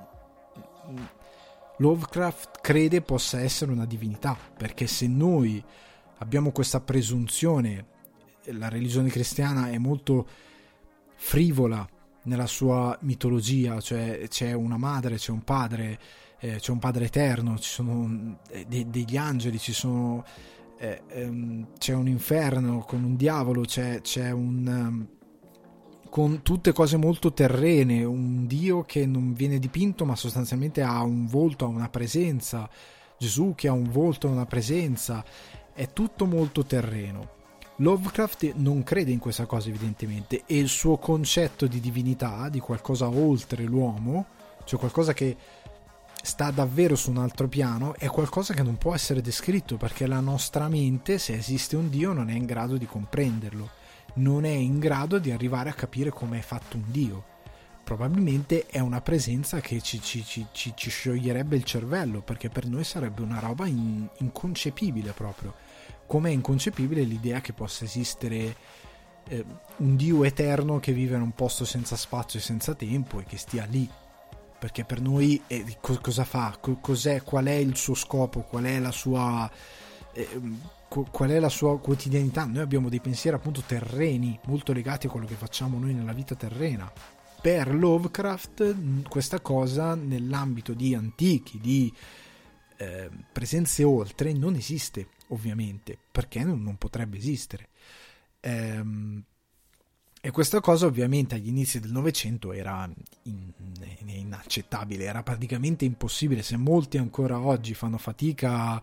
Lovecraft crede possa essere una divinità, perché se noi abbiamo questa presunzione, la religione cristiana è molto frivola nella sua mitologia, cioè c'è una madre, c'è un padre, eh, c'è un padre eterno, ci sono de- degli angeli, ci sono eh, ehm, c'è un inferno con un diavolo, c'è, c'è un um, con tutte cose molto terrene, un Dio che non viene dipinto ma sostanzialmente ha un volto, ha una presenza, Gesù che ha un volto, ha una presenza, è tutto molto terreno. Lovecraft non crede in questa cosa evidentemente, e il suo concetto di divinità, di qualcosa oltre l'uomo, cioè qualcosa che sta davvero su un altro piano, è qualcosa che non può essere descritto perché la nostra mente, se esiste un Dio, non è in grado di comprenderlo, non è in grado di arrivare a capire come è fatto un Dio. Probabilmente è una presenza che ci, ci, ci, ci, ci scioglierebbe il cervello, perché per noi sarebbe una roba in, inconcepibile proprio, come è inconcepibile l'idea che possa esistere eh, un Dio eterno che vive in un posto senza spazio e senza tempo e che stia lì, perché per noi eh, co- cosa fa, co- cos'è, qual è il suo scopo, qual è la sua eh, qual è la sua quotidianità. Noi abbiamo dei pensieri appunto terreni, molto legati a quello che facciamo noi nella vita terrena. Per Lovecraft questa cosa nell'ambito di antichi, di eh, presenze oltre, non esiste ovviamente, perché non, non potrebbe esistere. Ehm, e questa cosa ovviamente agli inizi del Novecento era in, inaccettabile, era praticamente impossibile. Se molti ancora oggi fanno fatica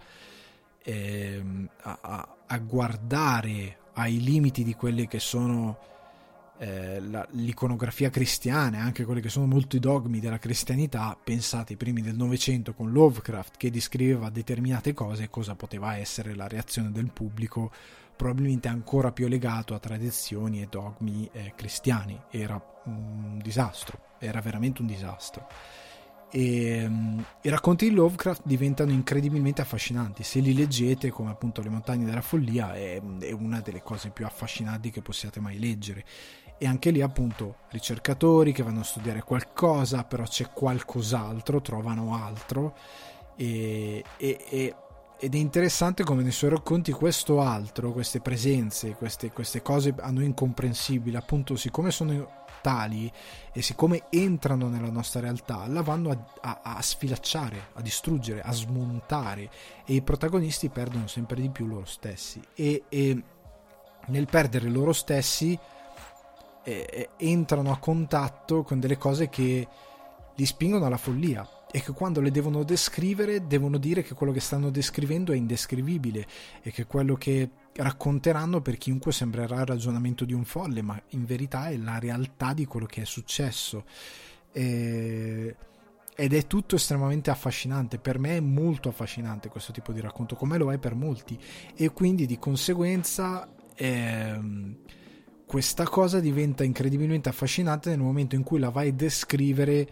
A, a, a guardare ai limiti di quelli che sono eh, la, l'iconografia cristiana e anche quelli che sono molti dogmi della cristianità, pensate ai primi del Novecento con Lovecraft che descriveva determinate cose, cosa poteva essere la reazione del pubblico, probabilmente ancora più legato a tradizioni e dogmi eh, cristiani. Era un disastro, era veramente un disastro. E i racconti di Lovecraft diventano incredibilmente affascinanti. Se li leggete, come appunto Le montagne della follia, è, è una delle cose più affascinanti che possiate mai leggere. E anche lì appunto ricercatori che vanno a studiare qualcosa, però c'è qualcos'altro, trovano altro e, e, e, ed è interessante come nei suoi racconti questo altro, queste presenze, queste, queste cose a noi incomprensibili, appunto siccome sono tali e siccome entrano nella nostra realtà, la vanno a, a, a sfilacciare, a distruggere, a smontare, e i protagonisti perdono sempre di più loro stessi e, e nel perdere loro stessi eh, entrano a contatto con delle cose che li spingono alla follia e che quando le devono descrivere devono dire che quello che stanno descrivendo è indescrivibile e che quello che racconteranno per chiunque sembrerà il ragionamento di un folle, ma in verità è la realtà di quello che è successo. E... ed è tutto estremamente affascinante. Per me è molto affascinante questo tipo di racconto, come lo è per molti, e quindi di conseguenza ehm, questa cosa diventa incredibilmente affascinante nel momento in cui la vai a descrivere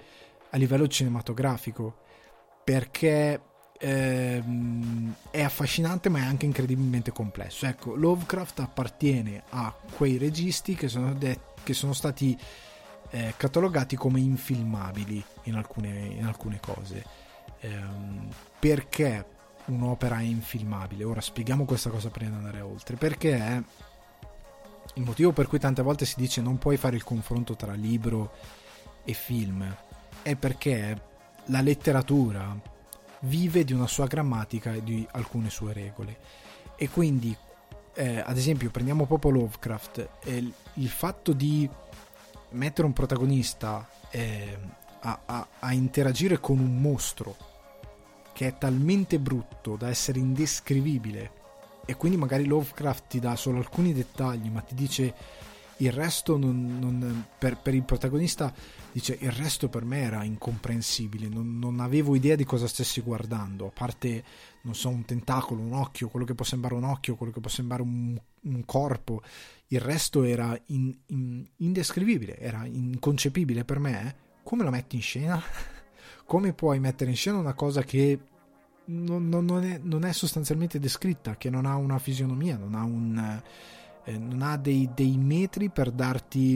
a livello cinematografico, perché ehm, è affascinante ma è anche incredibilmente complesso. Ecco, Lovecraft appartiene a quei registi che sono, de- che sono stati eh, catalogati come infilmabili in alcune, in alcune cose. Ehm, perché un'opera è infilmabile? Ora spieghiamo questa cosa prima di andare oltre. Perché il motivo per cui tante volte si dice non puoi fare il confronto tra libro e film è perché la letteratura vive di una sua grammatica e di alcune sue regole, e quindi eh, ad esempio prendiamo proprio Lovecraft, eh, il fatto di mettere un protagonista eh, a, a, a interagire con un mostro che è talmente brutto da essere indescrivibile, e quindi magari Lovecraft ti dà solo alcuni dettagli ma ti dice il resto non, non, per, per il protagonista dice il resto per me era incomprensibile, non, non avevo idea di cosa stessi guardando, a parte non so, un tentacolo, un occhio, quello che può sembrare un occhio, quello che può sembrare un, un corpo, il resto era in, in, indescrivibile, era inconcepibile per me. Come la metti in scena? Come puoi mettere in scena una cosa che non, non, non, è, non è sostanzialmente descritta, che non ha una fisionomia, non ha un eh, non ha dei, dei metri per darti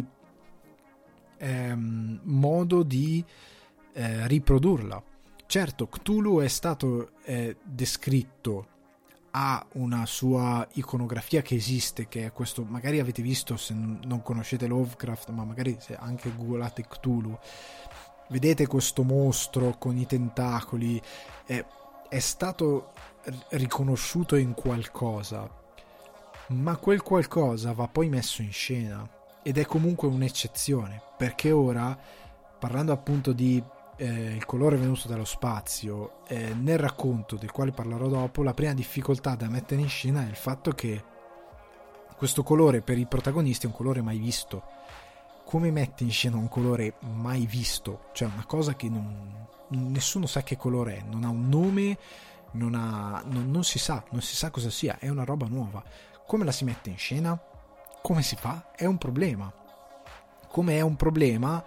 ehm, modo di eh, riprodurla. Certo, Cthulhu è stato eh, descritto, ha una sua iconografia che esiste, che è questo, magari avete visto se non conoscete Lovecraft, ma magari se anche googolate Cthulhu vedete questo mostro con i tentacoli, è, è stato riconosciuto in qualcosa, ma quel qualcosa va poi messo in scena ed è comunque un'eccezione, perché ora, parlando appunto di eh, il colore venuto dallo spazio, eh, nel racconto del quale parlerò dopo, la prima difficoltà da mettere in scena è il fatto che questo colore per i protagonisti è un colore mai visto. Come metti in scena un colore mai visto? Cioè una cosa che non, nessuno sa che colore è, non ha un nome, non, ha, non, non si sa, non si sa cosa sia, è una roba nuova. Come la si mette in scena? Come si fa? È un problema. Come è un problema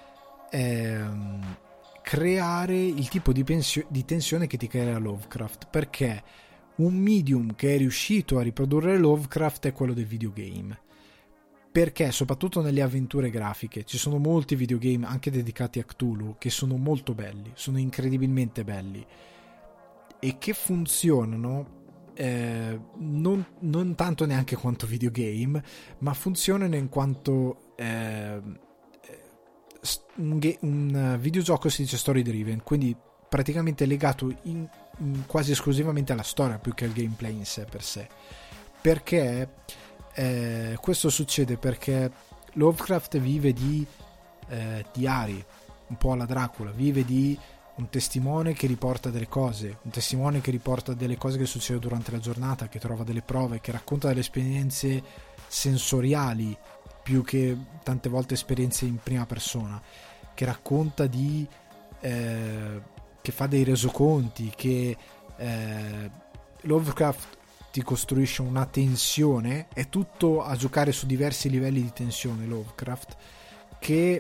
ehm, creare il tipo di, pensio- di tensione che ti crea Lovecraft, perché un medium che è riuscito a riprodurre Lovecraft è quello del videogame. Perché soprattutto nelle avventure grafiche ci sono molti videogame anche dedicati a Cthulhu che sono molto belli, sono incredibilmente belli e che funzionano eh, non, non tanto neanche quanto videogame, ma funzionano in quanto eh, un, ge- un videogioco si dice story driven, quindi praticamente legato in, in quasi esclusivamente alla storia più che al gameplay in sé per sé. Perché Eh, questo succede perché Lovecraft vive di eh, diari, un po' alla Dracula, vive di un testimone che riporta delle cose, un testimone che riporta delle cose che succedono durante la giornata, che trova delle prove, che racconta delle esperienze sensoriali più che tante volte esperienze in prima persona, che racconta di eh, che fa dei resoconti, che eh, Lovecraft ti costruisce una tensione, è tutto a giocare su diversi livelli di tensione Lovecraft, che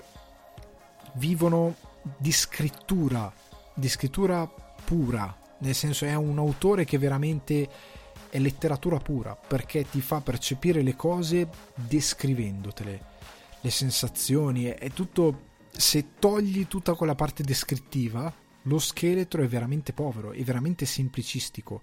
vivono di scrittura, di scrittura pura, nel senso è un autore che veramente è letteratura pura, perché ti fa percepire le cose descrivendotele, le sensazioni, è, è tutto, se togli tutta quella parte descrittiva, lo scheletro è veramente povero, è veramente semplicistico.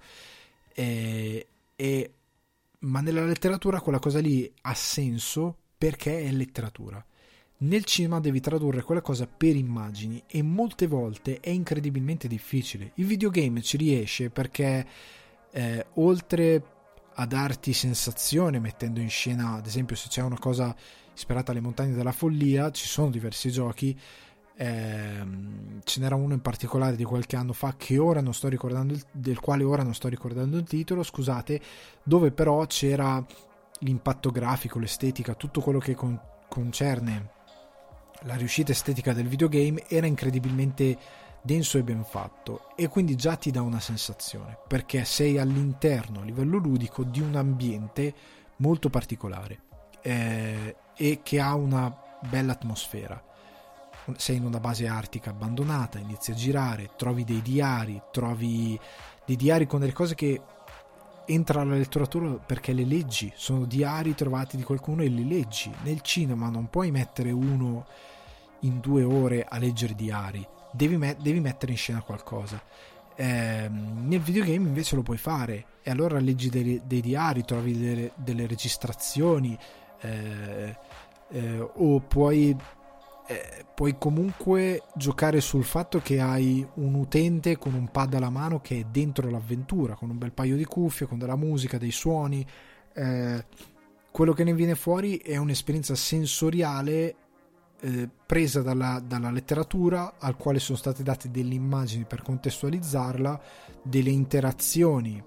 È, E, ma nella letteratura quella cosa lì ha senso perché è letteratura. Nel cinema devi tradurre quella cosa per immagini e molte volte è incredibilmente difficile. Il videogame ci riesce perché eh, oltre a darti sensazione mettendo in scena, ad esempio se c'è una cosa ispirata alle montagne della follia, ci sono diversi giochi. Eh, ce n'era uno in particolare di qualche anno fa che ora non sto ricordando il, del quale ora non sto ricordando il titolo, scusate, dove però c'era l'impatto grafico, l'estetica, tutto quello che con, concerne la riuscita estetica del videogame era incredibilmente denso e ben fatto, e quindi già ti dà una sensazione perché sei all'interno a livello ludico di un ambiente molto particolare eh, e che ha una bella atmosfera. sei in una base artica abbandonata, inizi a girare, trovi dei diari, trovi dei diari con delle cose che entra alla letteratura perché le leggi, sono diari trovati di qualcuno e li leggi. Nel cinema non puoi mettere uno in due ore a leggere diari, devi, met- devi mettere in scena qualcosa. Eh, nel videogame invece lo puoi fare, e allora leggi dei, dei diari, trovi delle, delle registrazioni, eh, eh, o puoi eh, puoi comunque giocare sul fatto che hai un utente con un pad alla mano che è dentro l'avventura, con un bel paio di cuffie, con della musica, dei suoni. Eh, quello che ne viene fuori è un'esperienza sensoriale eh, presa dalla, dalla letteratura, al quale sono state date delle immagini per contestualizzarla, delle interazioni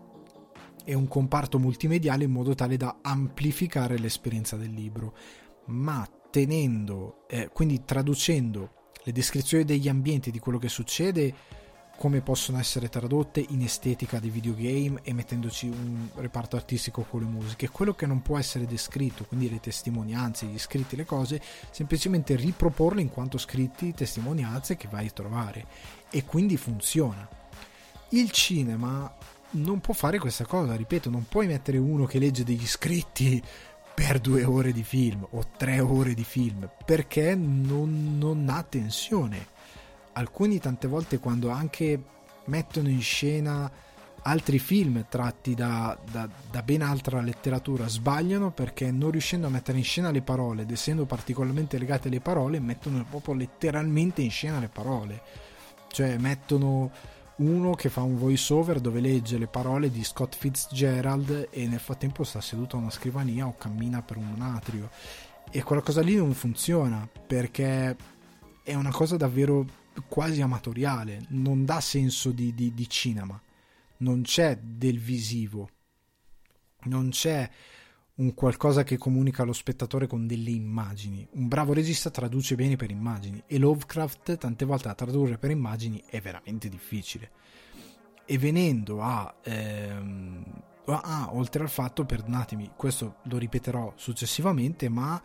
e un comparto multimediale in modo tale da amplificare l'esperienza del libro, ma tenendo, eh, quindi traducendo le descrizioni degli ambienti, di quello che succede, come possono essere tradotte in estetica di videogame, e mettendoci un reparto artistico con le musiche. Quello che non può essere descritto, quindi le testimonianze, gli scritti, le cose, semplicemente riproporle in quanto scritti, testimonianze che vai a trovare, e quindi funziona. Il cinema non può fare questa cosa, ripeto, non puoi mettere uno che legge degli scritti per due ore di film o tre ore di film, perché non, non ha tensione. Alcuni tante volte, quando anche mettono in scena altri film tratti da, da, da ben altra letteratura, sbagliano, perché non riuscendo a mettere in scena le parole ed essendo particolarmente legate alle parole, mettono proprio letteralmente in scena le parole. Cioè mettono uno che fa un voice over dove legge le parole di Scott Fitzgerald e nel frattempo sta seduto a una scrivania o cammina per un atrio, e quella cosa lì non funziona perché è una cosa davvero quasi amatoriale, non dà senso di, di, di cinema, non c'è del visivo, non c'è un qualcosa che comunica allo spettatore con delle immagini. Un bravo regista traduce bene per immagini, e Lovecraft tante volte a tradurre per immagini è veramente difficile. E venendo a ehm, ah, oltre al fatto, perdonatemi, questo lo ripeterò successivamente, ma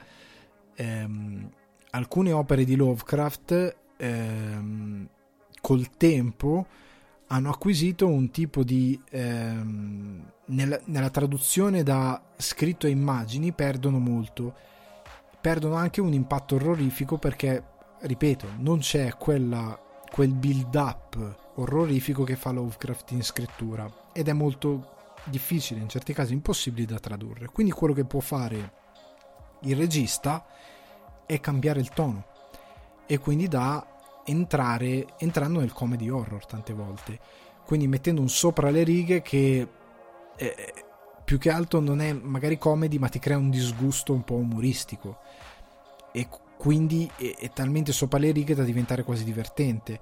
ehm, alcune opere di Lovecraft ehm, col tempo hanno acquisito un tipo di ehm, nella, nella traduzione da scritto a immagini perdono molto, perdono anche un impatto orrorifico, perché ripeto, non c'è quella, quel build up orrorifico che fa Lovecraft in scrittura, ed è molto difficile, in certi casi impossibile da tradurre. Quindi quello che può fare il regista è cambiare il tono, e quindi da entrare entrando nel comedy horror tante volte, quindi mettendo un sopra le righe che eh, più che altro non è magari comedy, ma ti crea un disgusto un po' umoristico, e quindi è, è talmente sopra le righe da diventare quasi divertente,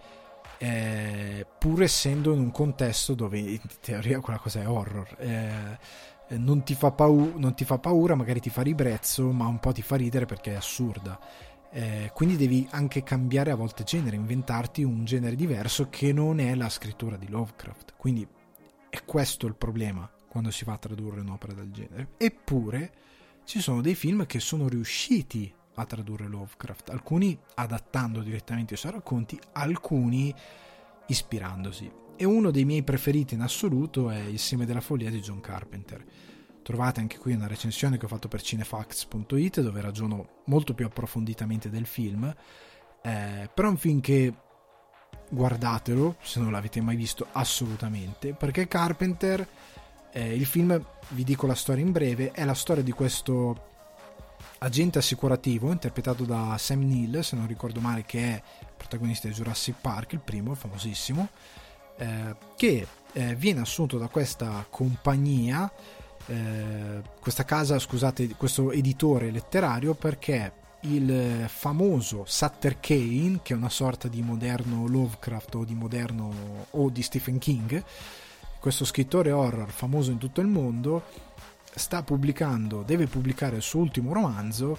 eh, pur essendo in un contesto dove in teoria quella cosa è horror. eh, non ti fa paura, non ti fa paura, magari ti fa ribrezzo, ma un po' ti fa ridere perché è assurda. Eh, quindi devi anche cambiare a volte genere, inventarti un genere diverso che non è la scrittura di Lovecraft. Quindi è questo il problema quando si va a tradurre un'opera del genere. Eppure ci sono dei film che sono riusciti a tradurre Lovecraft, alcuni adattando direttamente i suoi racconti, alcuni ispirandosi. E uno dei miei preferiti in assoluto è Il seme della follia di John Carpenter. Trovate anche qui una recensione che ho fatto per cinefacts punto it, dove ragiono molto più approfonditamente del film, eh, però è un film che guardatelo se non l'avete mai visto, assolutamente, perché Carpenter, eh, il film, vi dico la storia in breve, è la storia di questo agente assicurativo interpretato da Sam Neill, se non ricordo male, che è il protagonista di Jurassic Park, il primo, famosissimo, eh, che eh, viene assunto da questa compagnia, Eh, questa casa, scusate, questo editore letterario, perché il famoso Sutter Kane, che è una sorta di moderno Lovecraft o di moderno o di Stephen King, questo scrittore horror famoso in tutto il mondo, sta pubblicando, deve pubblicare il suo ultimo romanzo,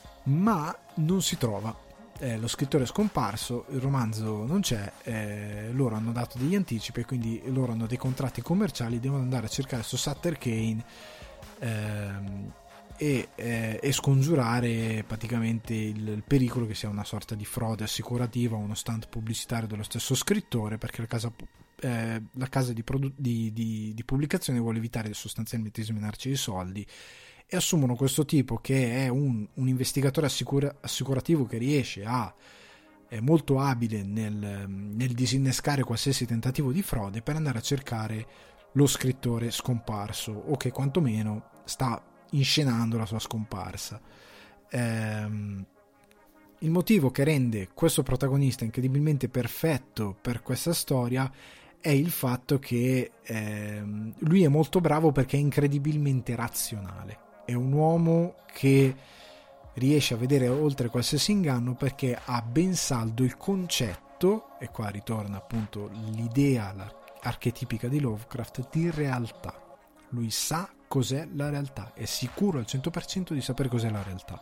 ma non si trova. Eh, lo scrittore è scomparso, il romanzo non c'è, eh, loro hanno dato degli anticipi, quindi loro hanno dei contratti commerciali, devono andare a cercare su Sutter Kane, ehm, e, eh, e scongiurare praticamente il, il pericolo che sia una sorta di frode assicurativa o uno stunt pubblicitario dello stesso scrittore, perché la casa, eh, la casa di, produ- di, di, di pubblicazione vuole evitare sostanzialmente di smenarci i soldi, e assumono questo tipo che è un, un investigatore assicura- assicurativo che riesce a è molto abile nel, nel disinnescare qualsiasi tentativo di frode, per andare a cercare lo scrittore scomparso, o che quantomeno sta inscenando la sua scomparsa. Ehm, il motivo che rende questo protagonista incredibilmente perfetto per questa storia è il fatto che ehm, lui è molto bravo perché è incredibilmente razionale. È un uomo che riesce a vedere oltre qualsiasi inganno, perché ha ben saldo il concetto, e qua ritorna appunto l'idea archetipica di Lovecraft, di realtà. Lui sa cos'è la realtà, è sicuro al cento per cento di sapere cos'è la realtà.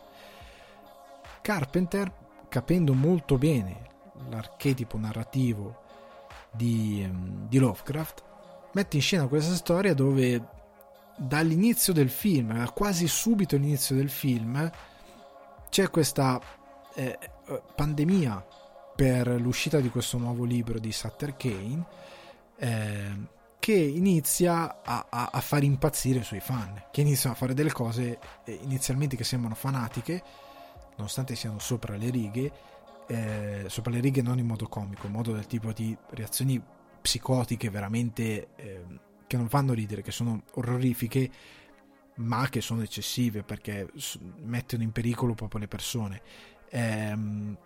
Carpenter, capendo molto bene l'archetipo narrativo di, di Lovecraft, mette in scena questa storia dove dall'inizio del film, quasi subito all'inizio del film, c'è questa eh, pandemia per l'uscita di questo nuovo libro di Sutter Kane, eh, che inizia a, a, a far impazzire i suoi fan, che iniziano a fare delle cose eh, inizialmente che sembrano fanatiche, nonostante siano sopra le righe, eh, sopra le righe non in modo comico, in modo del tipo di reazioni psicotiche veramente eh, che non fanno ridere, che sono orrorifiche, ma che sono eccessive perché mettono in pericolo proprio le persone. Ehm,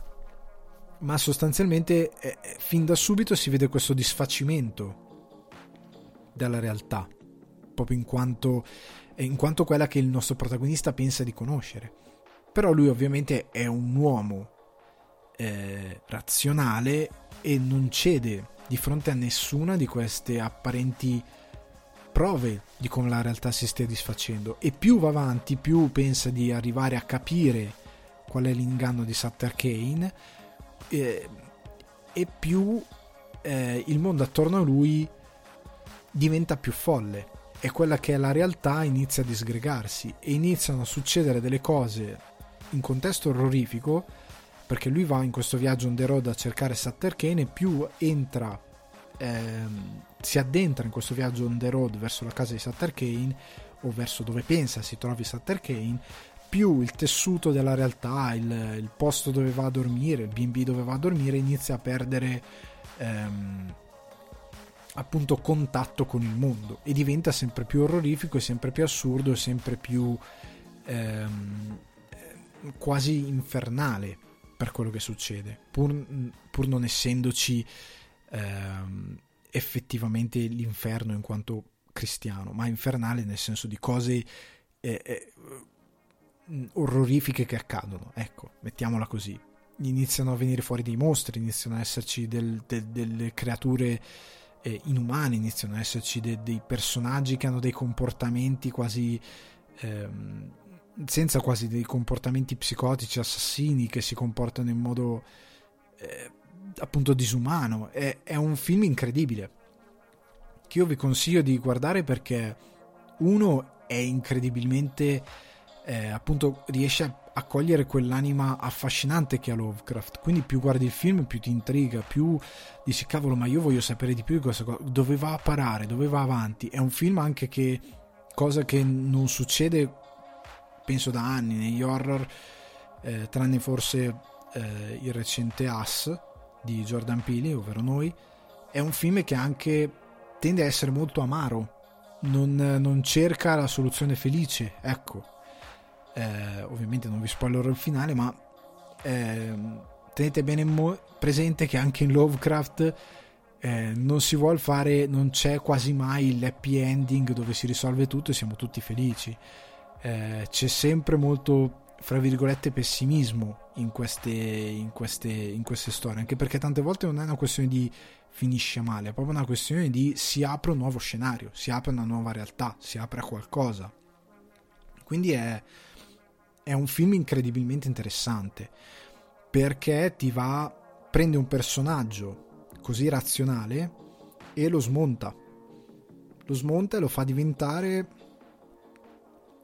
ma sostanzialmente eh, fin da subito si vede questo disfacimento dalla realtà, proprio in quanto, in quanto quella che il nostro protagonista pensa di conoscere. Però lui ovviamente è un uomo eh, razionale e non cede di fronte a nessuna di queste apparenti prove di come la realtà si stia disfacendo, e più va avanti, più pensa di arrivare a capire qual è l'inganno di Sutter Kane, eh, e più eh, il mondo attorno a lui diventa più folle, e quella che è la realtà inizia a disgregarsi e iniziano a succedere delle cose in contesto orrorifico, perché lui va in questo viaggio on the road a cercare Sutter Kane, e più entra ehm, si addentra in questo viaggio on the road verso la casa di Sutter Kane, o verso dove pensa si trovi Sutter Kane, più il tessuto della realtà, il, il posto dove va a dormire, il B and B dove va a dormire, inizia a perdere ehm, appunto contatto con il mondo, e diventa sempre più orrorifico e sempre più assurdo e sempre più ehm, quasi infernale per quello che succede, pur, pur non essendoci ehm, effettivamente l'inferno in quanto cristiano, ma infernale nel senso di cose eh, eh, orrorifiche che accadono, ecco, mettiamola così. Iniziano a venire fuori dei mostri, iniziano ad esserci del, del, delle creature eh, inumane, iniziano ad esserci de, dei personaggi che hanno dei comportamenti quasi ehm, senza quasi dei comportamenti psicotici, assassini, che si comportano in modo eh, appunto disumano. È, è un film incredibile che io vi consiglio di guardare, perché uno è incredibilmente eh, appunto riesce a cogliere quell'anima affascinante che ha Lovecraft, quindi più guardi il film più ti intriga, più dici cavolo, ma io voglio sapere di più di questa cosa, dove va a parare, dove va avanti. È un film anche che, cosa che non succede penso da anni negli horror, eh, tranne forse eh, il recente Us di Jordan Peele, ovvero Noi. È un film che anche tende a essere molto amaro, non, non cerca la soluzione felice, ecco. Eh, ovviamente non vi spoilerò il finale, ma eh, tenete bene mo- presente che anche in Lovecraft eh, non si vuol fare, non c'è quasi mai l'happy ending dove si risolve tutto e siamo tutti felici. Eh, c'è sempre molto, fra virgolette, pessimismo in queste, in queste, in queste storie, anche perché tante volte non è una questione di finisce male, è proprio una questione di si apre un nuovo scenario, si apre una nuova realtà, si apre a qualcosa. Quindi è, è un film incredibilmente interessante, perché ti va, prende un personaggio così razionale e lo smonta lo smonta e lo fa diventare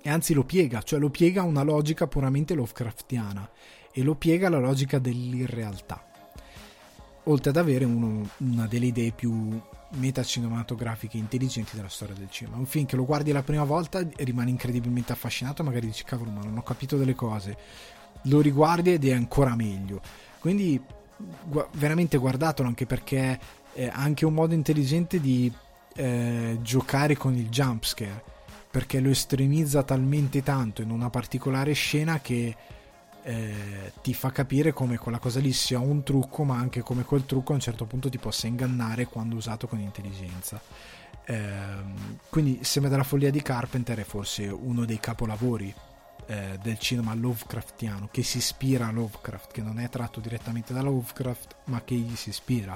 e anzi lo piega, cioè lo piega a una logica puramente Lovecraftiana e lo piega alla logica dell'irrealtà, oltre ad avere uno, una delle idee più metacinematografiche intelligenti della storia del cinema. Un film che lo guardi la prima volta e rimani incredibilmente affascinato, magari dici cavolo, ma non ho capito delle cose, lo riguardi ed è ancora meglio. Quindi gu- veramente guardatelo, anche perché è anche un modo intelligente di eh, giocare con il jumpscare, perché lo estremizza talmente tanto in una particolare scena che eh, ti fa capire come quella cosa lì sia un trucco, ma anche come quel trucco a un certo punto ti possa ingannare quando usato con intelligenza. Eh, quindi Il seme della follia di Carpenter è forse uno dei capolavori eh, del cinema Lovecraftiano, che si ispira a Lovecraft, che non è tratto direttamente da Lovecraft ma che gli si ispira,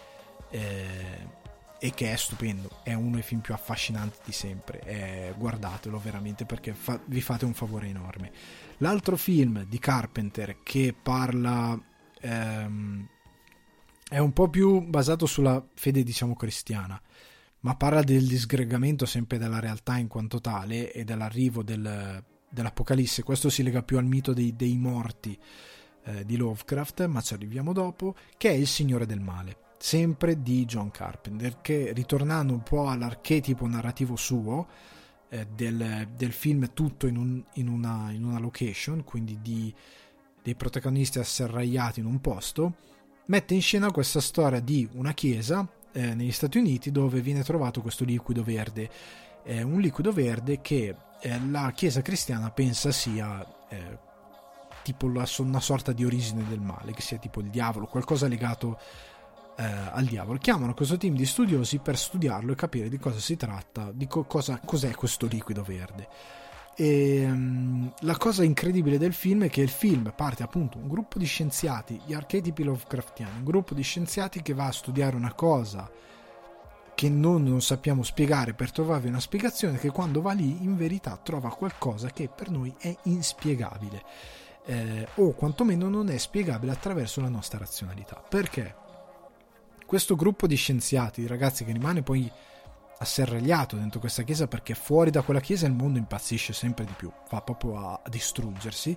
eh, e che è stupendo, è uno dei film più affascinanti di sempre. Eh, guardatelo veramente, perché fa- vi fate un favore enorme. L'altro film di Carpenter che parla ehm, è un po' più basato sulla fede, diciamo, cristiana, ma parla del disgregamento sempre della realtà in quanto tale e dell'arrivo del, dell'Apocalisse. Questo si lega più al mito dei, dei morti eh, di Lovecraft, ma ci arriviamo dopo, che è Il Signore del Male, sempre di John Carpenter, che, ritornando un po' all'archetipo narrativo suo, eh, del, del film tutto in, un, in, una, in una location, quindi di, dei protagonisti asserragliati in un posto, mette in scena questa storia di una chiesa eh, negli Stati Uniti dove viene trovato questo liquido verde, eh, un liquido verde che eh, la chiesa cristiana pensa sia eh, tipo la, una sorta di origine del male, che sia tipo il diavolo, qualcosa legato Eh, al diavolo. Chiamano questo team di studiosi per studiarlo e capire di cosa si tratta, di co- cosa, cos'è questo liquido verde. E um, la cosa incredibile del film è che il film parte appunto un gruppo di scienziati, gli archetipi Lovecraftiani, un gruppo di scienziati che va a studiare una cosa che non, non sappiamo spiegare per trovarvi una spiegazione, che quando va lì in verità trova qualcosa che per noi è inspiegabile, eh, o quantomeno non è spiegabile attraverso la nostra razionalità. Perché questo gruppo di scienziati, di ragazzi, che rimane poi asserragliato dentro questa chiesa, perché fuori da quella chiesa il mondo impazzisce sempre di più, va proprio a, a distruggersi,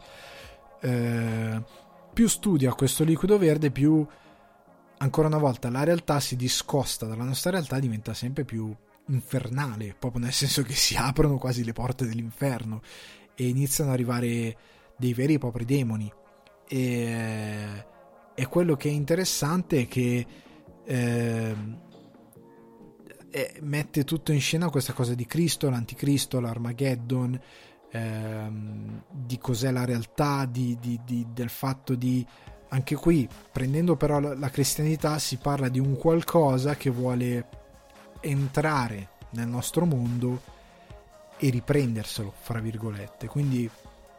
eh, più studia questo liquido verde, più ancora una volta la realtà si discosta dalla nostra realtà, diventa sempre più infernale, proprio nel senso che si aprono quasi le porte dell'inferno e iniziano ad arrivare dei veri e propri demoni. E, e quello che è interessante è che Eh, eh, mette tutto in scena questa cosa di Cristo, l'anticristo, l'Armageddon, ehm, di cos'è la realtà, di, di, di, del fatto di, anche qui prendendo però la, la cristianità, si parla di un qualcosa che vuole entrare nel nostro mondo e riprenderselo, fra virgolette, quindi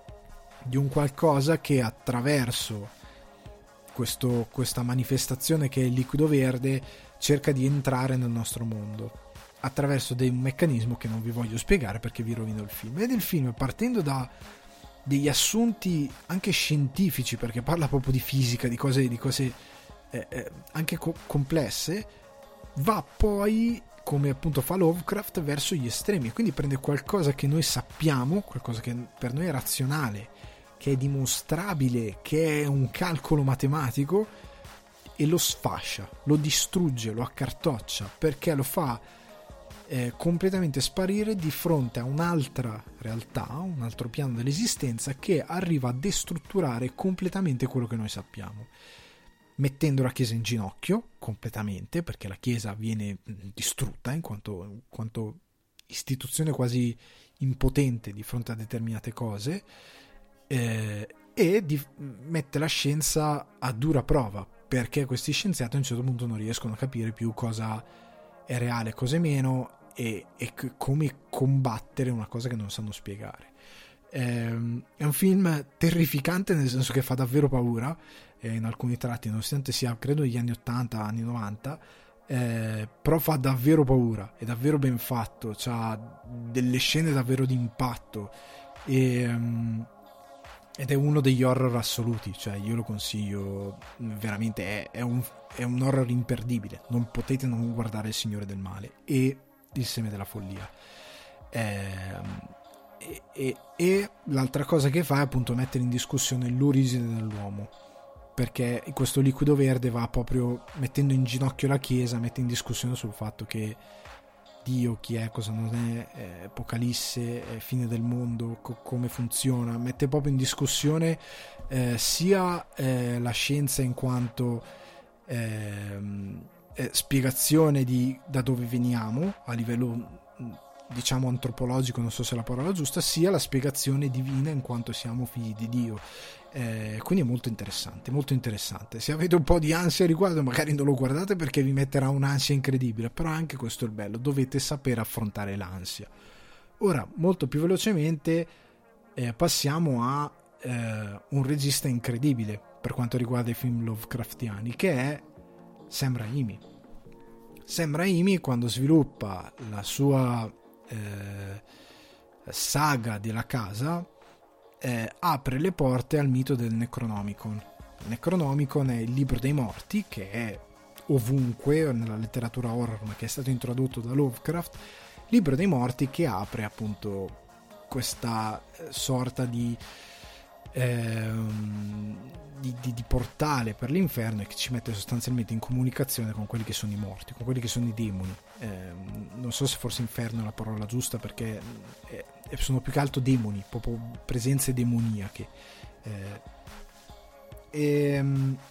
di un qualcosa che attraverso Questo, questa manifestazione che è il liquido verde cerca di entrare nel nostro mondo attraverso dei, un meccanismo che non vi voglio spiegare perché vi rovino il film. Ed il film, partendo da degli assunti anche scientifici, perché parla proprio di fisica, di cose, di cose eh, eh, anche co- complesse, va poi, come appunto fa Lovecraft, verso gli estremi, quindi prende qualcosa che noi sappiamo, qualcosa che per noi è razionale, che è dimostrabile, che è un calcolo matematico, e lo sfascia, lo distrugge, lo accartoccia, perché lo fa eh, completamente sparire di fronte a un'altra realtà, un altro piano dell'esistenza che arriva a destrutturare completamente quello che noi sappiamo, mettendo la Chiesa in ginocchio completamente, perché la Chiesa viene distrutta in quanto, in quanto istituzione quasi impotente di fronte a determinate cose. Eh, e di, mette la scienza a dura prova, perché questi scienziati a un certo punto non riescono a capire più cosa è reale, cosa è meno, e, e c- come combattere una cosa che non sanno spiegare. Eh, è un film terrificante, nel senso che fa davvero paura eh, in alcuni tratti, nonostante sia credo degli anni ottanta, anni novanta, eh, però fa davvero paura, è davvero ben fatto, c'ha delle scene davvero di impatto, e um, ed è uno degli horror assoluti, cioè io lo consiglio veramente, è, è, un, è un horror imperdibile, non potete non guardare Il Signore del Male e Il Seme della Follia. Eh, e, e, e l'altra cosa che fa è appunto mettere in discussione l'origine dell'uomo, perché questo liquido verde va proprio mettendo in ginocchio la Chiesa, mette in discussione sul fatto che Dio chi è, cosa non è, eh, Apocalisse, eh, fine del mondo, co- come funziona, mette proprio in discussione eh, sia eh, la scienza in quanto eh, eh, spiegazione di da dove veniamo a livello diciamo antropologico, non so se è la parola giusta, sia la spiegazione divina in quanto siamo figli di Dio. Eh, quindi è molto interessante, molto interessante. Se avete un po' di ansia a riguardo magari non lo guardate perché vi metterà un'ansia incredibile, però anche questo è il bello, dovete sapere affrontare l'ansia. Ora molto più velocemente eh, passiamo a eh, un regista incredibile per quanto riguarda i film Lovecraftiani, che è Sam Raimi. Sam Raimi, quando sviluppa la sua eh, saga della casa, Eh, apre le porte al mito del Necronomicon. Il Necronomicon è il libro dei morti, che è ovunque nella letteratura horror, ma che è stato introdotto da Lovecraft. Libro dei morti che apre appunto questa sorta di, ehm, di, di, di portale per l'inferno, e che ci mette sostanzialmente in comunicazione con quelli che sono i morti, con quelli che sono i demoni. Eh, non so se forse inferno è la parola giusta, perché è, sono più che altro demoni, proprio presenze demoniache. Eh, e,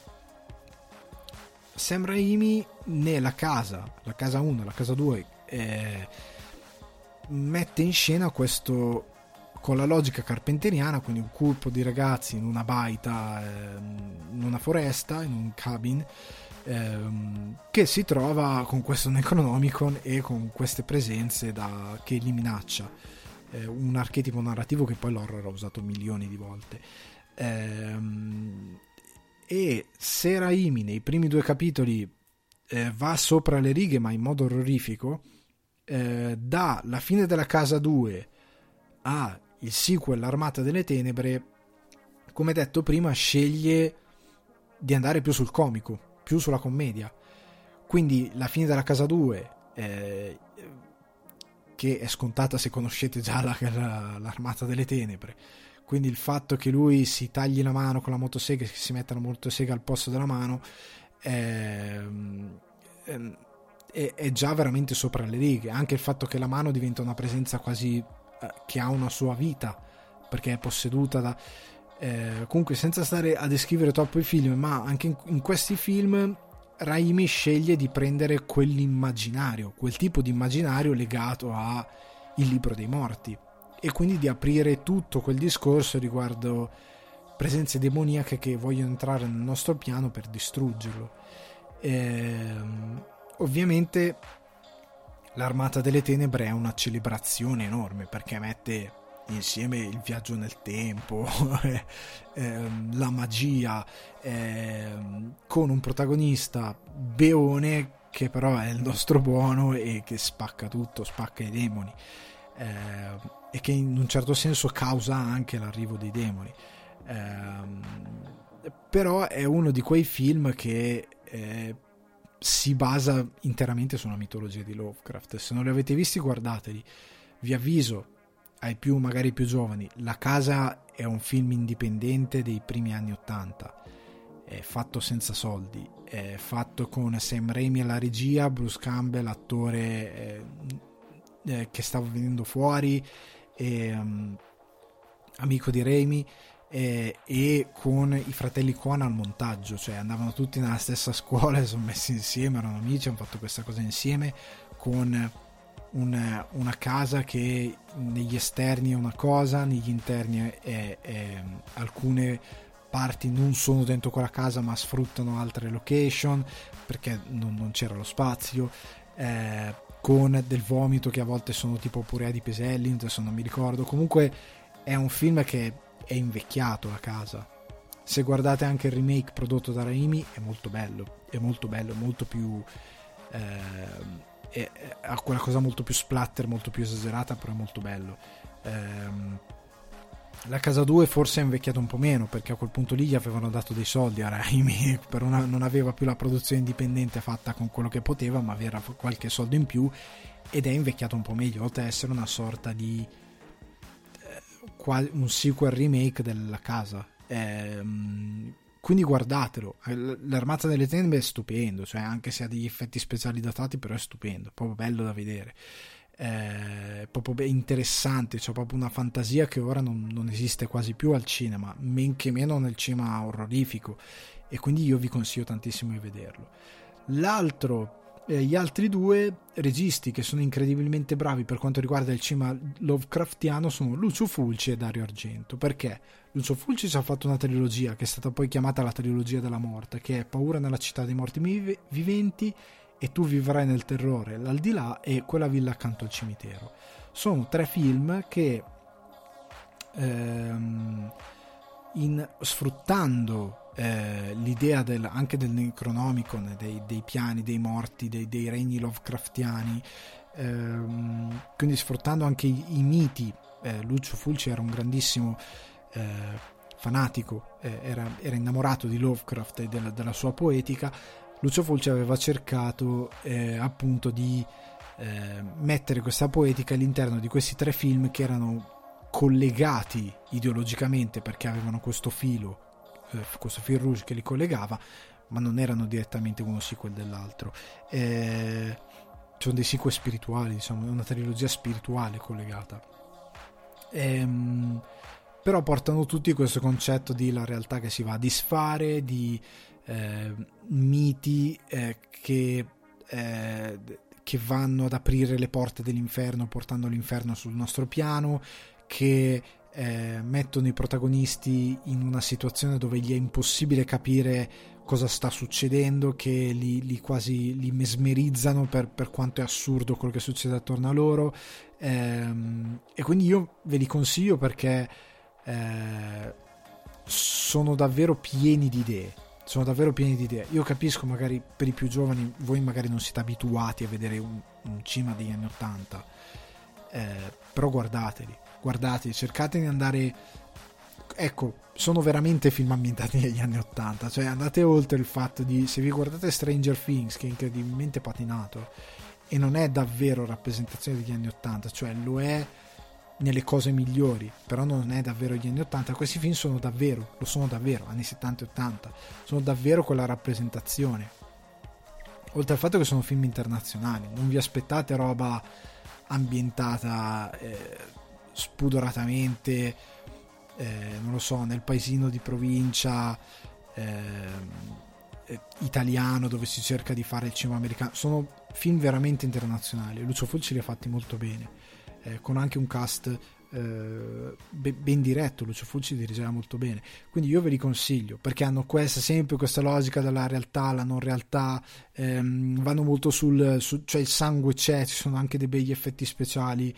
Sam Raimi nella casa, la casa uno, la casa due, eh, mette in scena questo con la logica carpenteriana, quindi un gruppo di ragazzi in una baita, eh, in una foresta, in un cabin, eh, che si trova con questo Necronomicon e con queste presenze da, che li minaccia. Eh, un archetipo narrativo che poi l'horror ha usato milioni di volte. Eh, e se Raimi nei primi due capitoli eh, va sopra le righe ma in modo orrorifico, eh, da La fine della casa due a il sequel L'Armata delle Tenebre, come detto prima, sceglie di andare più sul comico, più sulla commedia. Quindi La fine della casa due, eh, che è scontata se conoscete già la, la, l'Armata delle Tenebre, quindi il fatto che lui si tagli la mano con la motosega, che si metta la motosega al posto della mano, è, è, è già veramente sopra le righe. Anche il fatto che la mano diventa una presenza quasi eh, che ha una sua vita, perché è posseduta da eh, comunque, senza stare a descrivere troppo i film, ma anche in, in questi film Raimi sceglie di prendere quell'immaginario, quel tipo di immaginario legato a Il libro dei morti, e quindi di aprire tutto quel discorso riguardo presenze demoniache che vogliono entrare nel nostro piano per distruggerlo. Ehm, ovviamente L'Armata delle Tenebre è una celebrazione enorme, perché mette insieme il viaggio nel tempo, ehm, la magia, ehm, con un protagonista beone che però è il nostro buono e che spacca tutto, spacca i demoni, ehm, e che in un certo senso causa anche l'arrivo dei demoni. Ehm, però è uno di quei film che eh, si basa interamente sulla mitologia di Lovecraft. Se non li avete visti, guardateli. Vi avviso, ai più magari più giovani, La casa è un film indipendente dei primi anni ottanta, è fatto senza soldi, è fatto con Sam Raimi alla regia, Bruce Campbell attore eh, eh, che stava venendo fuori, e, um, amico di Raimi, eh, e con i fratelli Coen al montaggio, cioè andavano tutti nella stessa scuola, si sono messi insieme, erano amici, hanno fatto questa cosa insieme, con una, una casa che negli esterni è una cosa, negli interni è, è, è alcune parti non sono dentro quella casa ma sfruttano altre location perché non, non c'era lo spazio, eh, con del vomito che a volte sono tipo purea di piselli, adesso non mi ricordo. Comunque è un film che è invecchiato, la casa. Se guardate anche il remake prodotto da Raimi è molto bello, è molto bello, molto più eh, è, è, ha quella cosa molto più splatter, molto più esagerata, però è molto bello. ehm, La casa due forse è invecchiato un po' meno, perché a quel punto lì gli avevano dato dei soldi a Raimi, per una, non aveva più la produzione indipendente fatta con quello che poteva, ma aveva qualche soldo in più, ed è invecchiato un po' meglio, oltre ad essere una sorta di quasi un sequel remake della Casa. Eh, quindi guardatelo. L'Armata delle Tenebre è stupendo, cioè anche se ha degli effetti speciali datati, però è stupendo, proprio bello da vedere, è proprio interessante, c'è proprio una fantasia che ora non, non esiste quasi più al cinema, men che meno nel cinema orrorifico, e quindi io vi consiglio tantissimo di vederlo. L'altro Eh, gli altri due registi che sono incredibilmente bravi per quanto riguarda il cinema Lovecraftiano sono Lucio Fulci e Dario Argento. Perché? Lucio Fulci ci ha fatto una trilogia che è stata poi chiamata la trilogia della morte, che è Paura nella città dei morti viventi e Tu vivrai nel terrore, l'aldilà e Quella villa accanto al cimitero. Sono tre film che ehm, in, sfruttando Eh, l'idea del, anche del Necronomicon, dei, dei piani dei morti, dei, dei regni Lovecraftiani, ehm, quindi sfruttando anche i, i miti. eh, Lucio Fulci era un grandissimo eh, fanatico, eh, era, era innamorato di Lovecraft e della, della sua poetica. Lucio Fulci aveva cercato eh, appunto di eh, mettere questa poetica all'interno di questi tre film che erano collegati ideologicamente perché avevano questo filo, questo fil rouge che li collegava, ma non erano direttamente uno sequel dell'altro. Eh, sono dei sequel spirituali, diciamo, una trilogia spirituale collegata. Ehm, però portano tutti questo concetto di la realtà che si va a disfare, di eh, miti eh, che eh, che vanno ad aprire le porte dell'inferno, portando l'inferno sul nostro piano, che Eh, mettono i protagonisti in una situazione dove gli è impossibile capire cosa sta succedendo, che li, li quasi li mesmerizzano per, per quanto è assurdo quello che succede attorno a loro, ehm, e quindi io ve li consiglio perché eh, sono davvero pieni di idee sono davvero pieni di idee. Io capisco, magari per i più giovani, voi magari non siete abituati a vedere un, un cinema degli anni ottanta, eh, però guardateli guardate, cercate di andare, ecco, sono veramente film ambientati negli anni ottanta, cioè andate oltre il fatto di, se vi guardate Stranger Things, che è incredibilmente patinato e non è davvero rappresentazione degli anni ottanta, cioè lo è nelle cose migliori, però non è davvero gli anni ottanta. Questi film sono davvero, lo sono davvero, anni settanta e ottanta, sono davvero quella rappresentazione, oltre al fatto che sono film internazionali, non vi aspettate roba ambientata eh, spudoratamente eh, non lo so, nel paesino di provincia eh, eh, italiano dove si cerca di fare il cinema americano. Sono film veramente internazionali. Lucio Fulci li ha fatti molto bene, eh, con anche un cast eh, ben diretto. Lucio Fulci dirigeva molto bene, quindi io ve li consiglio perché hanno questa, sempre questa logica della realtà, la non realtà, ehm, vanno molto sul, sul cioè il sangue c'è, ci sono anche dei begli effetti speciali.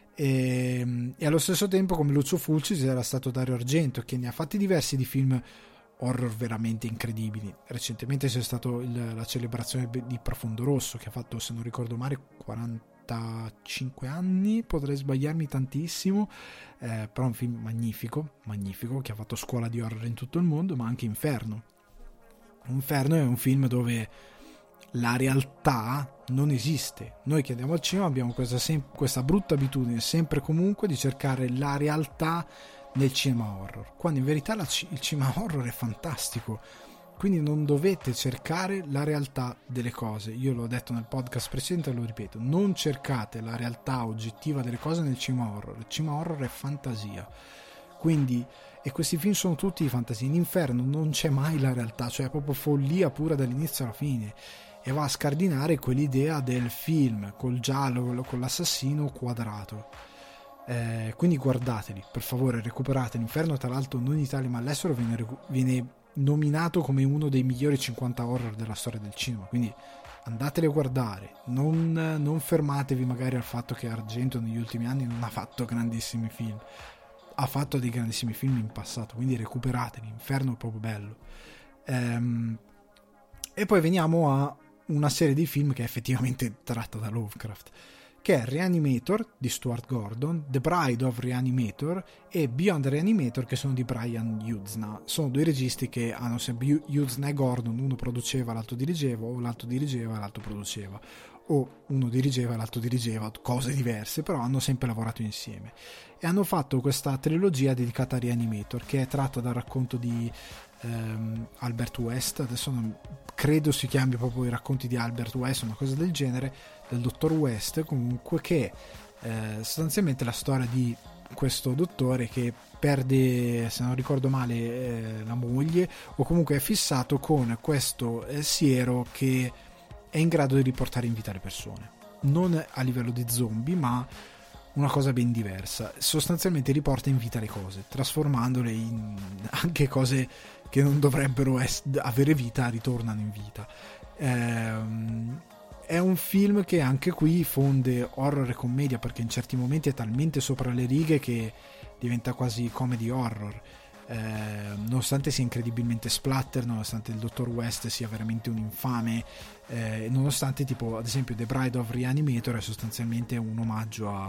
E, e allo stesso tempo, come Lucio Fulci, c'era stato Dario Argento, che ne ha fatti diversi di film horror veramente incredibili. Recentemente c'è stato il, la celebrazione di Profondo Rosso, che ha fatto, se non ricordo male, quarantacinque anni, potrei sbagliarmi tantissimo, eh, però è un film magnifico magnifico che ha fatto scuola di horror in tutto il mondo. Ma anche Inferno Inferno è un film dove la realtà non esiste. Noi che andiamo al cinema abbiamo questa, sem- questa brutta abitudine sempre comunque di cercare la realtà nel cinema horror, quando in verità la c- il cinema horror è fantastico, quindi non dovete cercare la realtà delle cose. Io l'ho detto nel podcast precedente e lo ripeto, non cercate la realtà oggettiva delle cose nel cinema horror. Il cinema horror è fantasia, quindi, e questi film sono tutti di fantasia. In Inferno non c'è mai la realtà, cioè è proprio follia pura dall'inizio alla fine, e va a scardinare quell'idea del film col giallo, con l'assassino quadrato. Eh, quindi guardateli, per favore, recuperate. L'Inferno, tra l'altro, non in Italia ma all'estero, viene, viene nominato come uno dei migliori cinquanta horror della storia del cinema, quindi andateli a guardare. Non, non fermatevi magari al fatto che Argento negli ultimi anni non ha fatto grandissimi film, ha fatto dei grandissimi film in passato, quindi recuperateli. Inferno è proprio bello. Ehm, e poi veniamo a una serie di film che è effettivamente tratta da Lovecraft, che è Reanimator di Stuart Gordon, The Bride of Reanimator e Beyond Reanimator, che sono di Brian Yuzna. Sono due registi che hanno sempre Yuzna e Gordon, uno produceva, l'altro dirigeva, o l'altro dirigeva, l'altro produceva. o uno dirigeva e l'altro dirigeva, cose diverse, però hanno sempre lavorato insieme e hanno fatto questa trilogia dedicata a Reanimator, che è tratta dal racconto di ehm, Albert West, adesso non, credo si chiami proprio i racconti di Albert West, una cosa del genere, del dottor West, comunque, che eh, sostanzialmente la storia di questo dottore che perde, se non ricordo male, eh, la moglie, o comunque è fissato con questo eh, siero che è in grado di riportare in vita le persone, non a livello di zombie, ma una cosa ben diversa. Sostanzialmente riporta in vita le cose, trasformandole in anche cose che non dovrebbero es- avere vita, ritornano in vita. Ehm, è un film che anche qui fonde horror e commedia, perché in certi momenti è talmente sopra le righe che diventa quasi comedy horror. Eh, nonostante sia incredibilmente splatter, nonostante il dottor West sia veramente un infame, eh, nonostante, tipo, ad esempio The Bride of Reanimator è sostanzialmente un omaggio a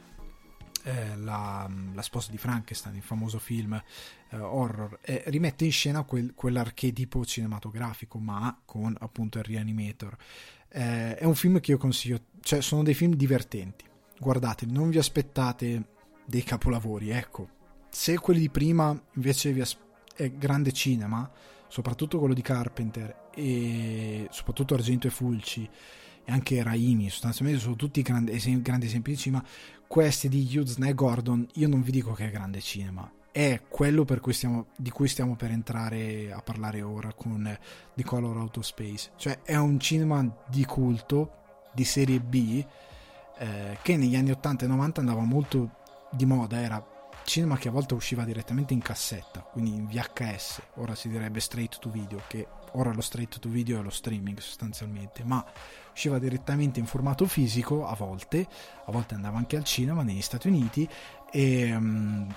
eh, la, la sposa di Frankenstein, il famoso film eh, horror, e rimette in scena quel, quell'archetipo cinematografico, ma con appunto il Reanimator. Eh, è un film che io consiglio, cioè sono dei film divertenti, guardateli, non vi aspettate dei capolavori, ecco. Se quelli di prima invece vi as- è grande cinema, soprattutto quello di Carpenter e soprattutto Argento e Fulci e anche Raimi, sostanzialmente sono tutti grandi, esem- grandi esempi di cinema. Questi di Hughes e Gordon, io non vi dico che è grande cinema, è quello per cui stiamo, di cui stiamo per entrare a parlare ora con The Color Out of Space, cioè è un cinema di culto, di serie B, eh, che negli anni ottanta e novanta andava molto di moda, era cinema che a volte usciva direttamente in cassetta, quindi in V H S, ora si direbbe straight to video, che ora lo straight to video è lo streaming sostanzialmente, ma usciva direttamente in formato fisico a volte, a volte andava anche al cinema negli Stati Uniti, e, um,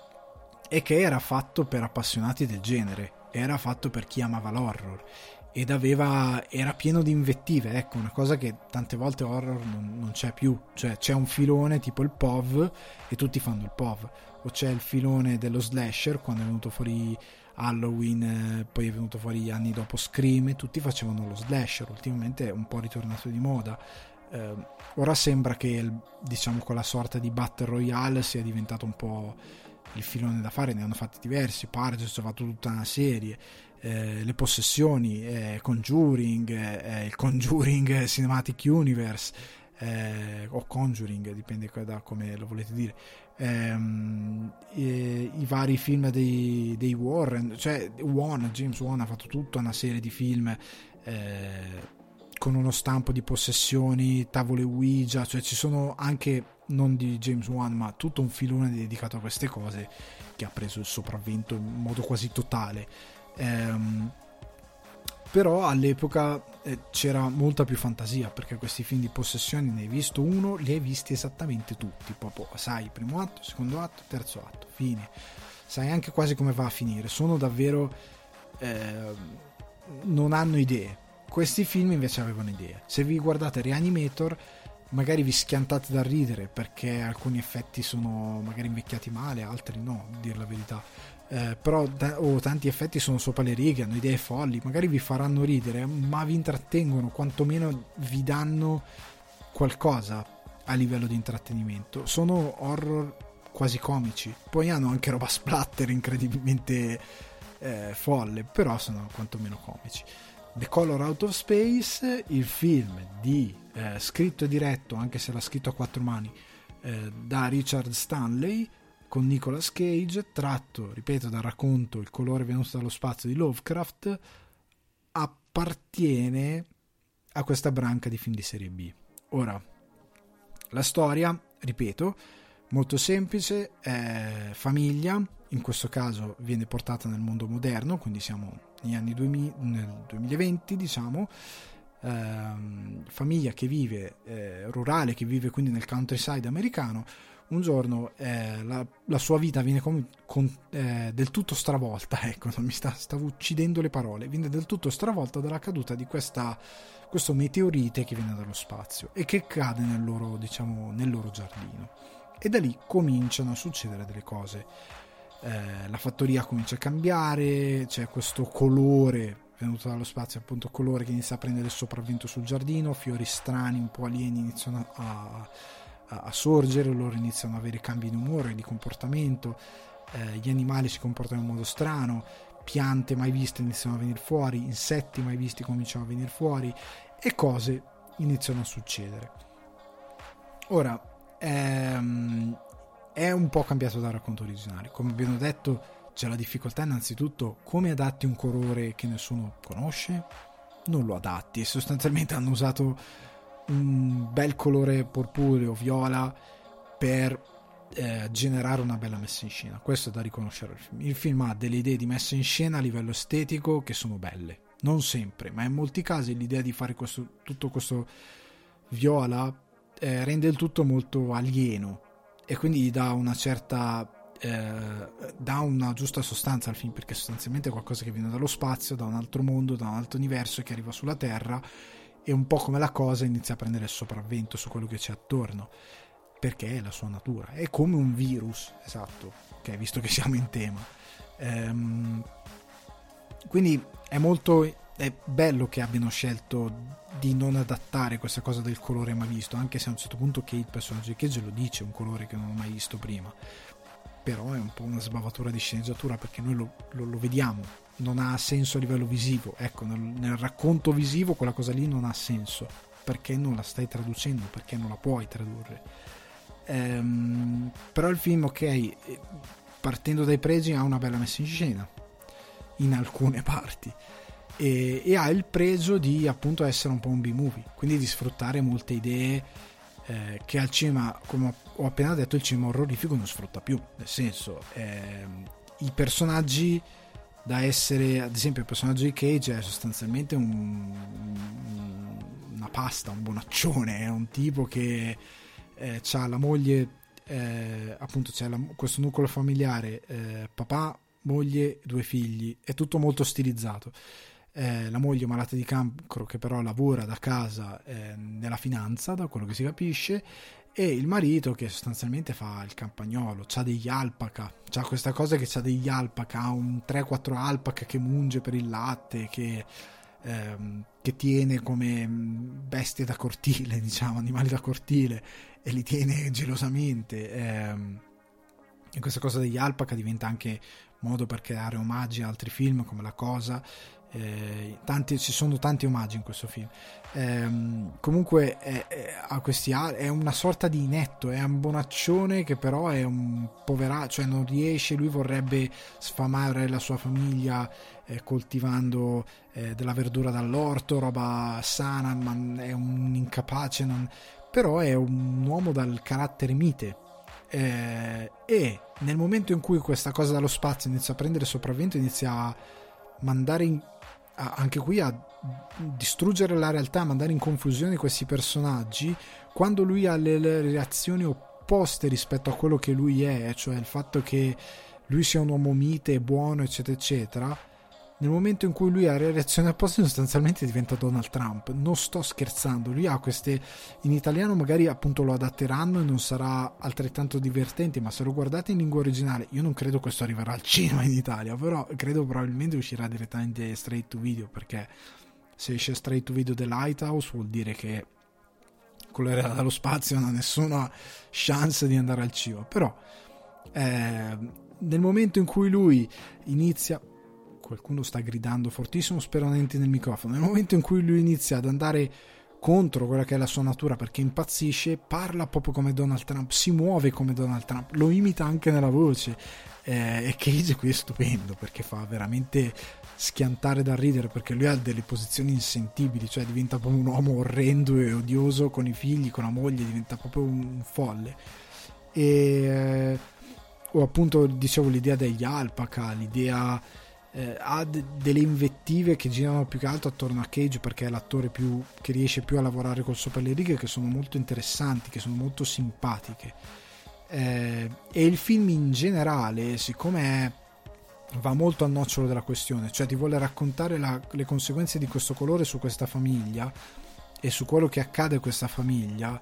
e che era fatto per appassionati del genere, era fatto per chi amava l'horror ed aveva, era pieno di invettive, ecco, una cosa che tante volte horror non, non c'è più, cioè c'è un filone tipo il P O V e tutti fanno il P O V, o c'è il filone dello slasher quando è venuto fuori Halloween, eh, poi è venuto fuori anni dopo Scream e tutti facevano lo slasher, ultimamente è un po' ritornato di moda. Eh, ora sembra che il, diciamo quella sorta di Battle Royale sia diventato un po' il filone da fare, ne hanno fatti diversi, Parges ha fatto tutta una serie, eh, le possessioni, eh, Conjuring, eh, il Conjuring Cinematic Universe, eh, o Conjuring, dipende da come lo volete dire, ehm, i, i vari film dei, dei Warren, cioè Wan, James Wan ha fatto tutta una serie di film eh, con uno stampo di possessioni, tavole Ouija, cioè ci sono anche, non di James Wan, ma tutto un filone dedicato a queste cose che ha preso il sopravvento in modo quasi totale. Ehm, però all'epoca eh, c'era molta più fantasia, perché questi film di possessioni ne hai visto uno, li hai visti esattamente tutti, proprio sai primo atto, secondo atto, terzo atto, fine, sai anche quasi come va a finire, sono davvero eh, non hanno idee. Questi film invece avevano idee. Se vi guardate Reanimator magari vi schiantate da ridere perché alcuni effetti sono magari invecchiati male, altri no, a dir la verità, eh, però da, oh, tanti effetti sono sopra le righe, hanno idee folli, magari vi faranno ridere ma vi intrattengono, quantomeno vi danno qualcosa a livello di intrattenimento. Sono horror quasi comici, poi hanno anche roba splatter incredibilmente eh, folle, però sono quantomeno comici. The Color Out of Space, il film di eh, scritto e diretto, anche se l'ha scritto a quattro mani, eh, da Richard Stanley con Nicolas Cage, tratto, ripeto, dal racconto Il colore venuto dallo spazio di Lovecraft, appartiene a questa branca di film di serie B. Ora, la storia, ripeto, molto semplice, è famiglia, in questo caso viene portata nel mondo moderno, quindi siamo negli anni duemila, nel duemilaventi, diciamo, ehm, famiglia che vive, eh, rurale, che vive quindi nel countryside americano. Un giorno eh, la, la sua vita viene com- con, eh, del tutto stravolta, ecco, non mi sta, stavo uccidendo le parole, viene del tutto stravolta dalla caduta di questa, questo meteorite che viene dallo spazio e che cade nel loro, diciamo, nel loro giardino, e da lì cominciano a succedere delle cose. Eh, la fattoria comincia a cambiare, c'è questo colore venuto dallo spazio, appunto colore che inizia a prendere il sopravvento sul giardino, fiori strani un po' alieni iniziano a, a, a sorgere, loro iniziano ad avere cambi di umore e di comportamento, eh, gli animali si comportano in modo strano, piante mai viste iniziano a venire fuori, insetti mai visti cominciano a venire fuori e cose iniziano a succedere. Ora ehm, è un po' cambiato dal racconto originale, come abbiamo detto. C'è la difficoltà innanzitutto come adatti un colore che nessuno conosce, non lo adatti e sostanzialmente hanno usato un bel colore purpureo, viola per eh, generare una bella messa in scena. Questo è da riconoscere al film. Il film ha delle idee di messa in scena a livello estetico che sono belle, non sempre, ma in molti casi l'idea di fare questo, tutto questo viola eh, rende il tutto molto alieno e quindi gli dà una certa Eh, dà una giusta sostanza al film, perché sostanzialmente è qualcosa che viene dallo spazio, da un altro mondo, da un altro universo che arriva sulla Terra e un po' come la cosa inizia a prendere il sopravvento su quello che c'è attorno, perché è la sua natura, è come un virus, esatto, okay, visto che siamo in tema. Ehm, quindi è molto è bello che abbiano scelto di non adattare questa cosa del colore mai visto, anche se a un certo punto Kate, il personaggio di Cage, lo dice, un colore che non ho mai visto prima. Però è un po' una sbavatura di sceneggiatura, perché noi lo, lo, lo vediamo, non ha senso a livello visivo, ecco, nel, nel racconto visivo quella cosa lì non ha senso, perché non la stai traducendo, perché non la puoi tradurre. Ehm, però il film, ok, partendo dai pregi, ha una bella messa in scena in alcune parti e, e ha il pregio di appunto essere un po' un B-movie, quindi di sfruttare molte idee Eh, che al cinema, come ho appena detto, il cinema orrorifico non sfrutta più, nel senso ehm, i personaggi, da essere, ad esempio il personaggio di Cage è sostanzialmente un, una pasta, un bonaccione, è un tipo che eh, ha la moglie, eh, appunto c'è la, questo nucleo familiare, eh, papà, moglie, due figli, è tutto molto stilizzato. Eh, la moglie malata di cancro che però lavora da casa eh, nella finanza, da quello che si capisce, e il marito che sostanzialmente fa il campagnolo, c'ha degli alpaca, c'ha questa cosa che c'ha degli alpaca, ha un tre quattro alpaca che munge per il latte, che, ehm, che tiene come bestie da cortile, diciamo, animali da cortile, e li tiene gelosamente. ehm, e questa cosa degli alpaca diventa anche modo per creare omaggi a altri film come La Cosa. Eh, tanti, ci sono tanti omaggi in questo film. Eh, comunque è, è, a questi, è una sorta di inetto, è un bonaccione che però è un poveraccio, cioè non riesce, lui vorrebbe sfamare la sua famiglia eh, coltivando eh, della verdura dall'orto, roba sana, ma è un incapace, non, però è un uomo dal carattere mite. Eh, e nel momento in cui questa cosa dallo spazio inizia a prendere sopravvento, inizia a mandare in, a, anche qui a distruggere la realtà, a mandare in confusione questi personaggi, quando lui ha le, le reazioni opposte rispetto a quello che lui è, cioè il fatto che lui sia un uomo mite, buono, eccetera eccetera, nel momento in cui lui ha le reazioni opposte sostanzialmente diventa Donald Trump. Non sto scherzando, lui ha queste, in italiano magari appunto lo adatteranno e non sarà altrettanto divertente, ma se lo guardate in lingua originale, io non credo questo arriverà al cinema in Italia, però credo probabilmente uscirà direttamente straight to video, perché se esce straight to video The Lighthouse vuol dire che quello era dallo spazio, non ha nessuna chance di andare al cinema. Però eh, nel momento in cui lui inizia, qualcuno sta gridando fortissimo, spero non entri nel microfono, nel momento in cui lui inizia ad andare contro quella che è la sua natura perché impazzisce, parla proprio come Donald Trump, si muove come Donald Trump, lo imita anche nella voce, eh, e Cage qui è stupendo perché fa veramente schiantare da ridere, perché lui ha delle posizioni insentibili, cioè diventa proprio un uomo orrendo e odioso con i figli, con la moglie, diventa proprio un folle. E eh, o appunto dicevo l'idea degli alpaca, l'idea eh, ha de- delle invettive che girano più che altro attorno a Cage, perché è l'attore più che riesce più a lavorare col sopra le righe, che sono molto interessanti, che sono molto simpatiche, eh, e il film in generale, siccome è, va molto al nocciolo della questione, cioè ti vuole raccontare la, le conseguenze di questo colore su questa famiglia e su quello che accade a questa famiglia,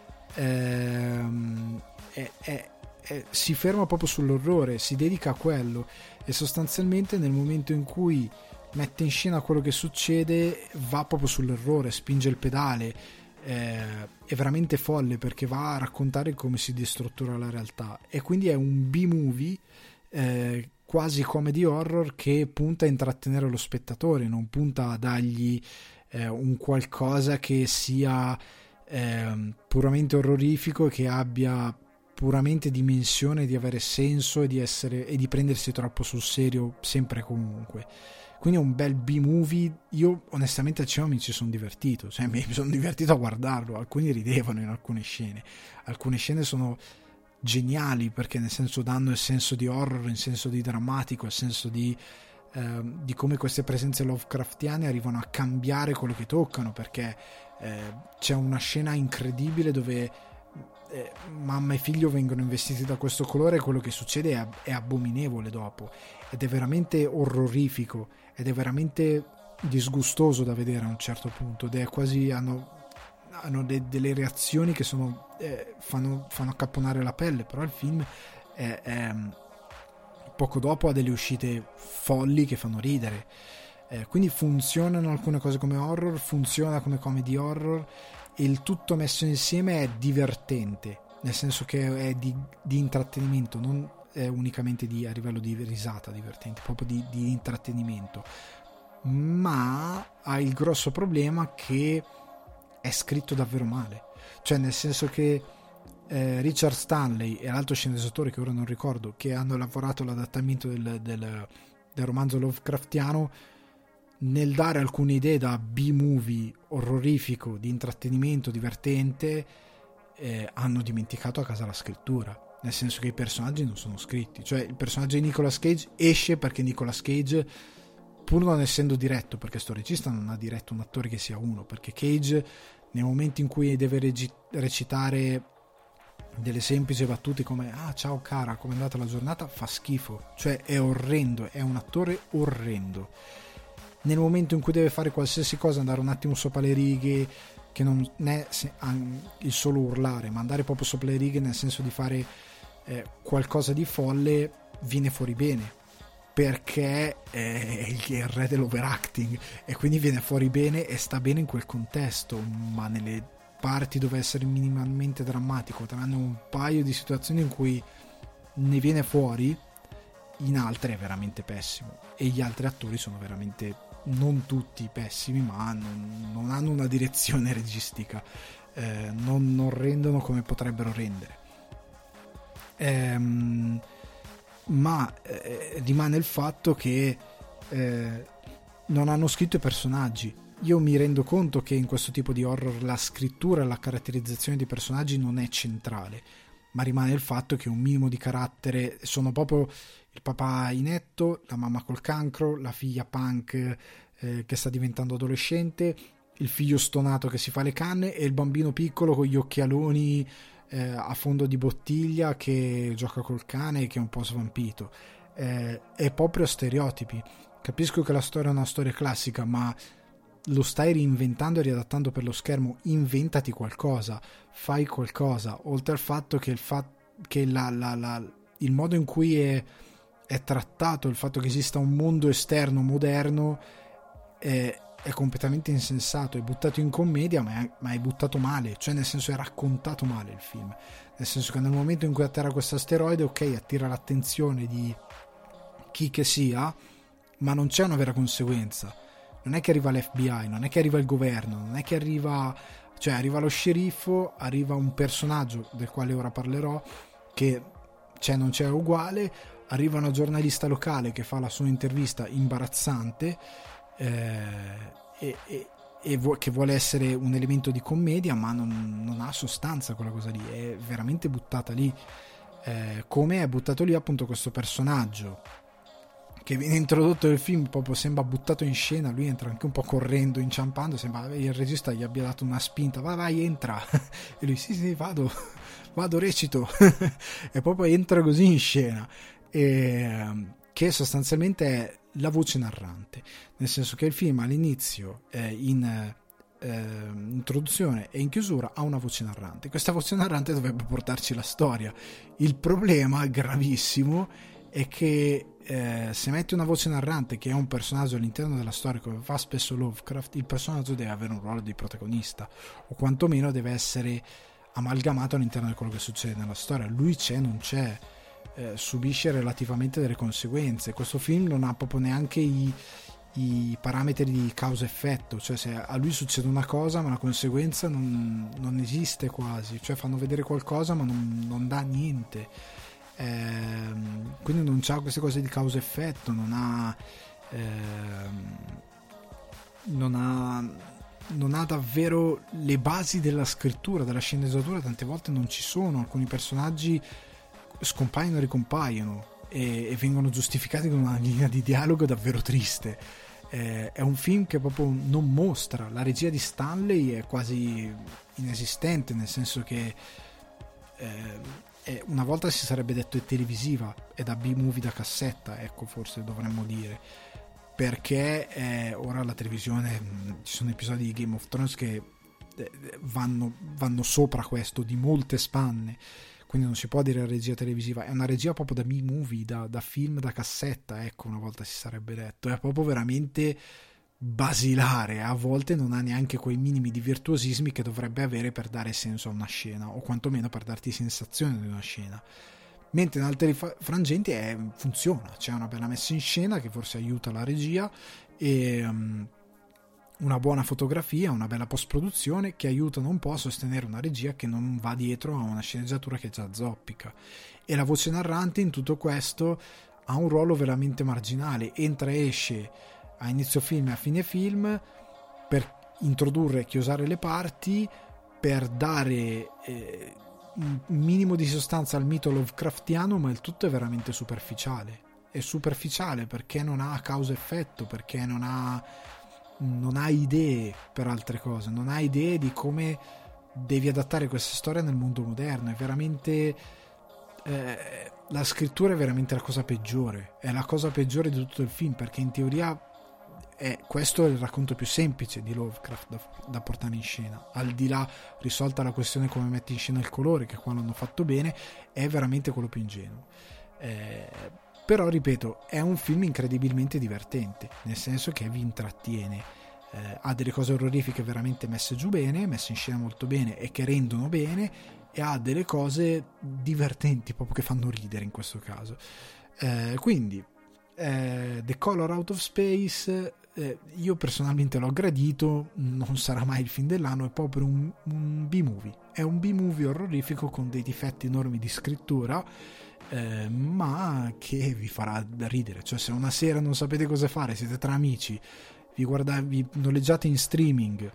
ehm, è, è Eh, si ferma proprio sull'orrore, si dedica a quello, e sostanzialmente nel momento in cui mette in scena quello che succede, va proprio sull'errore, spinge il pedale, eh, è veramente folle perché va a raccontare come si destruttura la realtà, e quindi è un B-movie eh, quasi comedy horror che punta a intrattenere lo spettatore, non punta a dargli eh, un qualcosa che sia eh, puramente orrorifico e che abbia puramente dimensione di avere senso e di essere e di prendersi troppo sul serio sempre e comunque. Quindi è un bel B-movie. Io onestamente al cinema mi ci sono divertito, cioè mi sono divertito a guardarlo. Alcuni ridevano in alcune scene, alcune scene sono geniali perché nel senso danno il senso di horror, il senso di drammatico, il senso di, eh, di come queste presenze Lovecraftiane arrivano a cambiare quello che toccano, perché eh, c'è una scena incredibile dove eh, mamma e figlio vengono investiti da questo colore e quello che succede è, è abominevole dopo, ed è veramente orrorifico ed è veramente disgustoso da vedere a un certo punto, ed è quasi hanno, hanno de, delle reazioni che sono eh, fanno, fanno accapponare la pelle, però il film è, è, poco dopo ha delle uscite folli che fanno ridere, eh, quindi funzionano alcune cose come horror, funziona come comedy horror, e il tutto messo insieme è divertente, nel senso che è di, di intrattenimento, non è unicamente di, a livello di risata divertente, proprio di, di intrattenimento, ma ha il grosso problema che è scritto davvero male, cioè nel senso che eh, Richard Stanley e l'altro sceneggiatore che ora non ricordo, che hanno lavorato all'adattamento del, del, del romanzo Lovecraftiano, nel dare alcune idee da B-movie orrorifico, di intrattenimento divertente, eh, hanno dimenticato a casa la scrittura, nel senso che i personaggi non sono scritti, cioè il personaggio di Nicolas Cage esce perché Nicolas Cage, pur non essendo diretto, perché sto regista non ha diretto un attore che sia uno, perché Cage nei momenti in cui deve regi- recitare delle semplici battute come ah ciao cara, come è andata la giornata, fa schifo, cioè è orrendo, è un attore orrendo. Nel momento in cui deve fare qualsiasi cosa, andare un attimo sopra le righe, che non è il solo urlare, ma andare proprio sopra le righe nel senso di fare eh, qualcosa di folle, viene fuori bene perché è il re dell'overacting, e quindi viene fuori bene e sta bene in quel contesto, ma nelle parti dove essere minimamente drammatico, tranne un paio di situazioni in cui ne viene fuori, in altre è veramente pessimo, e gli altri attori sono veramente non tutti pessimi, ma non, non hanno una direzione registica, eh, non, non rendono come potrebbero rendere, ehm, ma eh, rimane il fatto che eh, non hanno scritto i personaggi. Io mi rendo conto che in questo tipo di horror la scrittura e la caratterizzazione dei personaggi non è centrale, ma rimane il fatto che un minimo di carattere sono proprio il papà inetto, la mamma col cancro, la figlia punk eh, che sta diventando adolescente, il figlio stonato che si fa le canne e il bambino piccolo con gli occhialoni eh, a fondo di bottiglia che gioca col cane e che è un po' svampito. Eh, è proprio a stereotipi. Capisco che la storia è una storia classica, ma lo stai reinventando e riadattando per lo schermo. Inventati qualcosa, fai qualcosa, oltre al fatto che il, fa- che la, la, la, il modo in cui è, è trattato, il fatto che esista un mondo esterno moderno è, è completamente insensato, è buttato in commedia, ma è, ma è buttato male, cioè nel senso è raccontato male il film, nel senso che nel momento in cui atterra questo asteroide, ok, attira l'attenzione di chi che sia, ma non c'è una vera conseguenza. Non è che arriva l'F B I, non è che arriva il governo, non è che arriva, cioè arriva lo sceriffo, arriva un personaggio del quale ora parlerò che c'è non c'è uguale, arriva una giornalista locale che fa la sua intervista imbarazzante eh, e, e, e vu- che vuole essere un elemento di commedia, ma non, non ha sostanza quella cosa lì, è veramente buttata lì, eh, come è buttato lì appunto questo personaggio che viene introdotto nel film, proprio sembra buttato in scena, lui entra anche un po' correndo, inciampando, sembra il regista gli abbia dato una spinta, vai vai entra, e lui sì sì vado, vado recito, e proprio entra così in scena, e, che sostanzialmente è la voce narrante, nel senso che il film all'inizio eh, in eh, introduzione e in chiusura ha una voce narrante, questa voce narrante dovrebbe portarci la storia. Il problema gravissimo è che eh, se metti una voce narrante che è un personaggio all'interno della storia come fa spesso Lovecraft, il personaggio deve avere un ruolo di protagonista, o quantomeno deve essere amalgamato all'interno di quello che succede nella storia. Lui c'è, non c'è, eh, subisce relativamente delle conseguenze. Questo film non ha proprio neanche i, i parametri di causa-effetto, cioè se a lui succede una cosa ma la conseguenza non, non esiste quasi, cioè fanno vedere qualcosa ma non, non dà niente, eh, quindi non c'ha queste cose di causa-effetto, non ha eh, non ha non ha davvero le basi della scrittura, della sceneggiatura. Tante volte non ci sono, alcuni personaggi scompaiono e ricompaiono e, e vengono giustificati con una linea di dialogo davvero triste. Eh, è un film che proprio non mostra, la regia di Stanley è quasi inesistente, nel senso che eh, è, una volta si sarebbe detto è televisiva, è da B-movie da cassetta, ecco, forse dovremmo dire, perché eh, ora la televisione, mh, ci sono episodi di Game of Thrones che eh, vanno, vanno sopra questo di molte spanne, quindi non si può dire regia televisiva, è una regia proprio da B-movie, da, da film da cassetta, ecco, una volta si sarebbe detto, è proprio veramente basilare, a volte non ha neanche quei minimi di virtuosismi che dovrebbe avere per dare senso a una scena, o quantomeno per darti sensazione di una scena. Mentre in altri frangenti è, funziona, c'è una bella messa in scena che forse aiuta la regia e um, una buona fotografia, una bella post-produzione che aiutano un po' a sostenere una regia che non va dietro a una sceneggiatura che già zoppica, e la voce narrante in tutto questo ha un ruolo veramente marginale, entra e esce a inizio film e a fine film per introdurre e chiusare le parti, per dare eh, un minimo di sostanza al mito Lovecraftiano, ma il tutto è veramente superficiale. È superficiale perché non ha causa-effetto, perché non ha, non ha idee per altre cose, non ha idee di come devi adattare questa storia nel mondo moderno. È veramente eh, la scrittura è veramente la cosa peggiore, è la cosa peggiore di tutto il film, perché in teoria è, questo è il racconto più semplice di Lovecraft da, da portare in scena, al di là, risolta la questione come metti in scena il colore, che qua l'hanno fatto bene, è veramente quello più ingenuo. Eh, però ripeto, è un film incredibilmente divertente, nel senso che vi intrattiene, eh, ha delle cose orrorifiche veramente messe giù bene, messe in scena molto bene e che rendono bene, e ha delle cose divertenti proprio che fanno ridere in questo caso. Eh, quindi eh, The Color Out of Space, eh, io personalmente l'ho gradito, non sarà mai il film dell'anno, è proprio un, un B-movie, è un B-movie orrorifico con dei difetti enormi di scrittura, eh, ma che vi farà ridere. Cioè, se una sera non sapete cosa fare, siete tra amici, vi guardate, vi noleggiate in streaming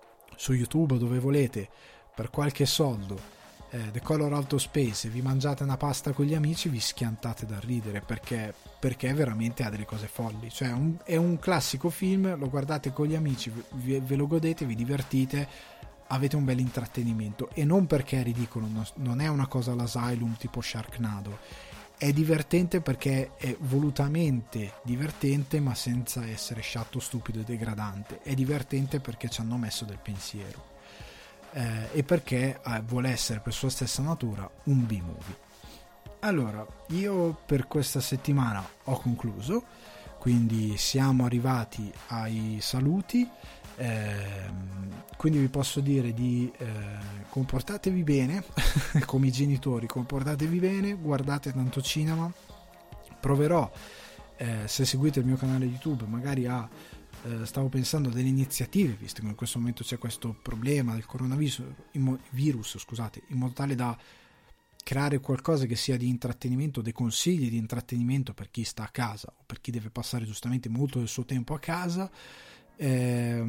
su YouTube o dove volete per qualche soldo eh, The Color Out of Space, e vi mangiate una pasta con gli amici, vi schiantate da ridere, perché, perché veramente ha delle cose folli. Cioè un, è un classico film, lo guardate con gli amici, ve, ve lo godete, vi divertite, avete un bel intrattenimento, e non perché è ridicolo, non, non è una cosa all'Asylum tipo Sharknado, è divertente perché è volutamente divertente ma senza essere sciatto, stupido e degradante. È divertente perché ci hanno messo del pensiero, eh, e perché eh, vuole essere per sua stessa natura un B-movie. Allora, io per questa settimana ho concluso, quindi siamo arrivati ai saluti. Eh, quindi vi posso dire di eh, comportatevi bene come i genitori, comportatevi bene, guardate tanto cinema. Proverò, eh, se seguite il mio canale YouTube, magari a eh, stavo pensando a delle iniziative, visto che in questo momento c'è questo problema del coronavirus, in mo- virus, scusate, in modo tale da creare qualcosa che sia di intrattenimento, dei consigli di intrattenimento per chi sta a casa o per chi deve passare giustamente molto del suo tempo a casa. Eh,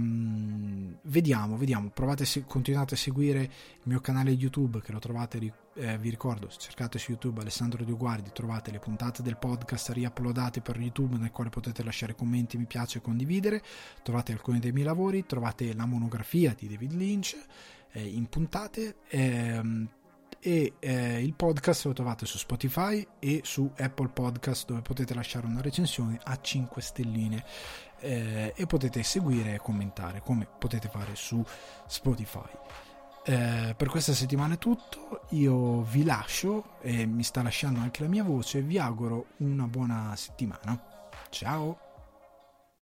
vediamo, vediamo, provate, se, continuate a seguire il mio canale YouTube, che lo trovate, eh, vi ricordo, se cercate su YouTube Alessandro Dioguardi trovate le puntate del podcast riuploadate per YouTube, nel quale potete lasciare commenti, mi piace e condividere. Trovate alcuni dei miei lavori, trovate la monografia di David Lynch eh, in puntate, ehm, e eh, il podcast lo trovate su Spotify e su Apple Podcast, dove potete lasciare una recensione a cinque stelline, eh, e potete seguire e commentare come potete fare su Spotify. Eh, per questa settimana è tutto, io vi lascio e mi sta lasciando anche la mia voce, vi auguro una buona settimana. Ciao!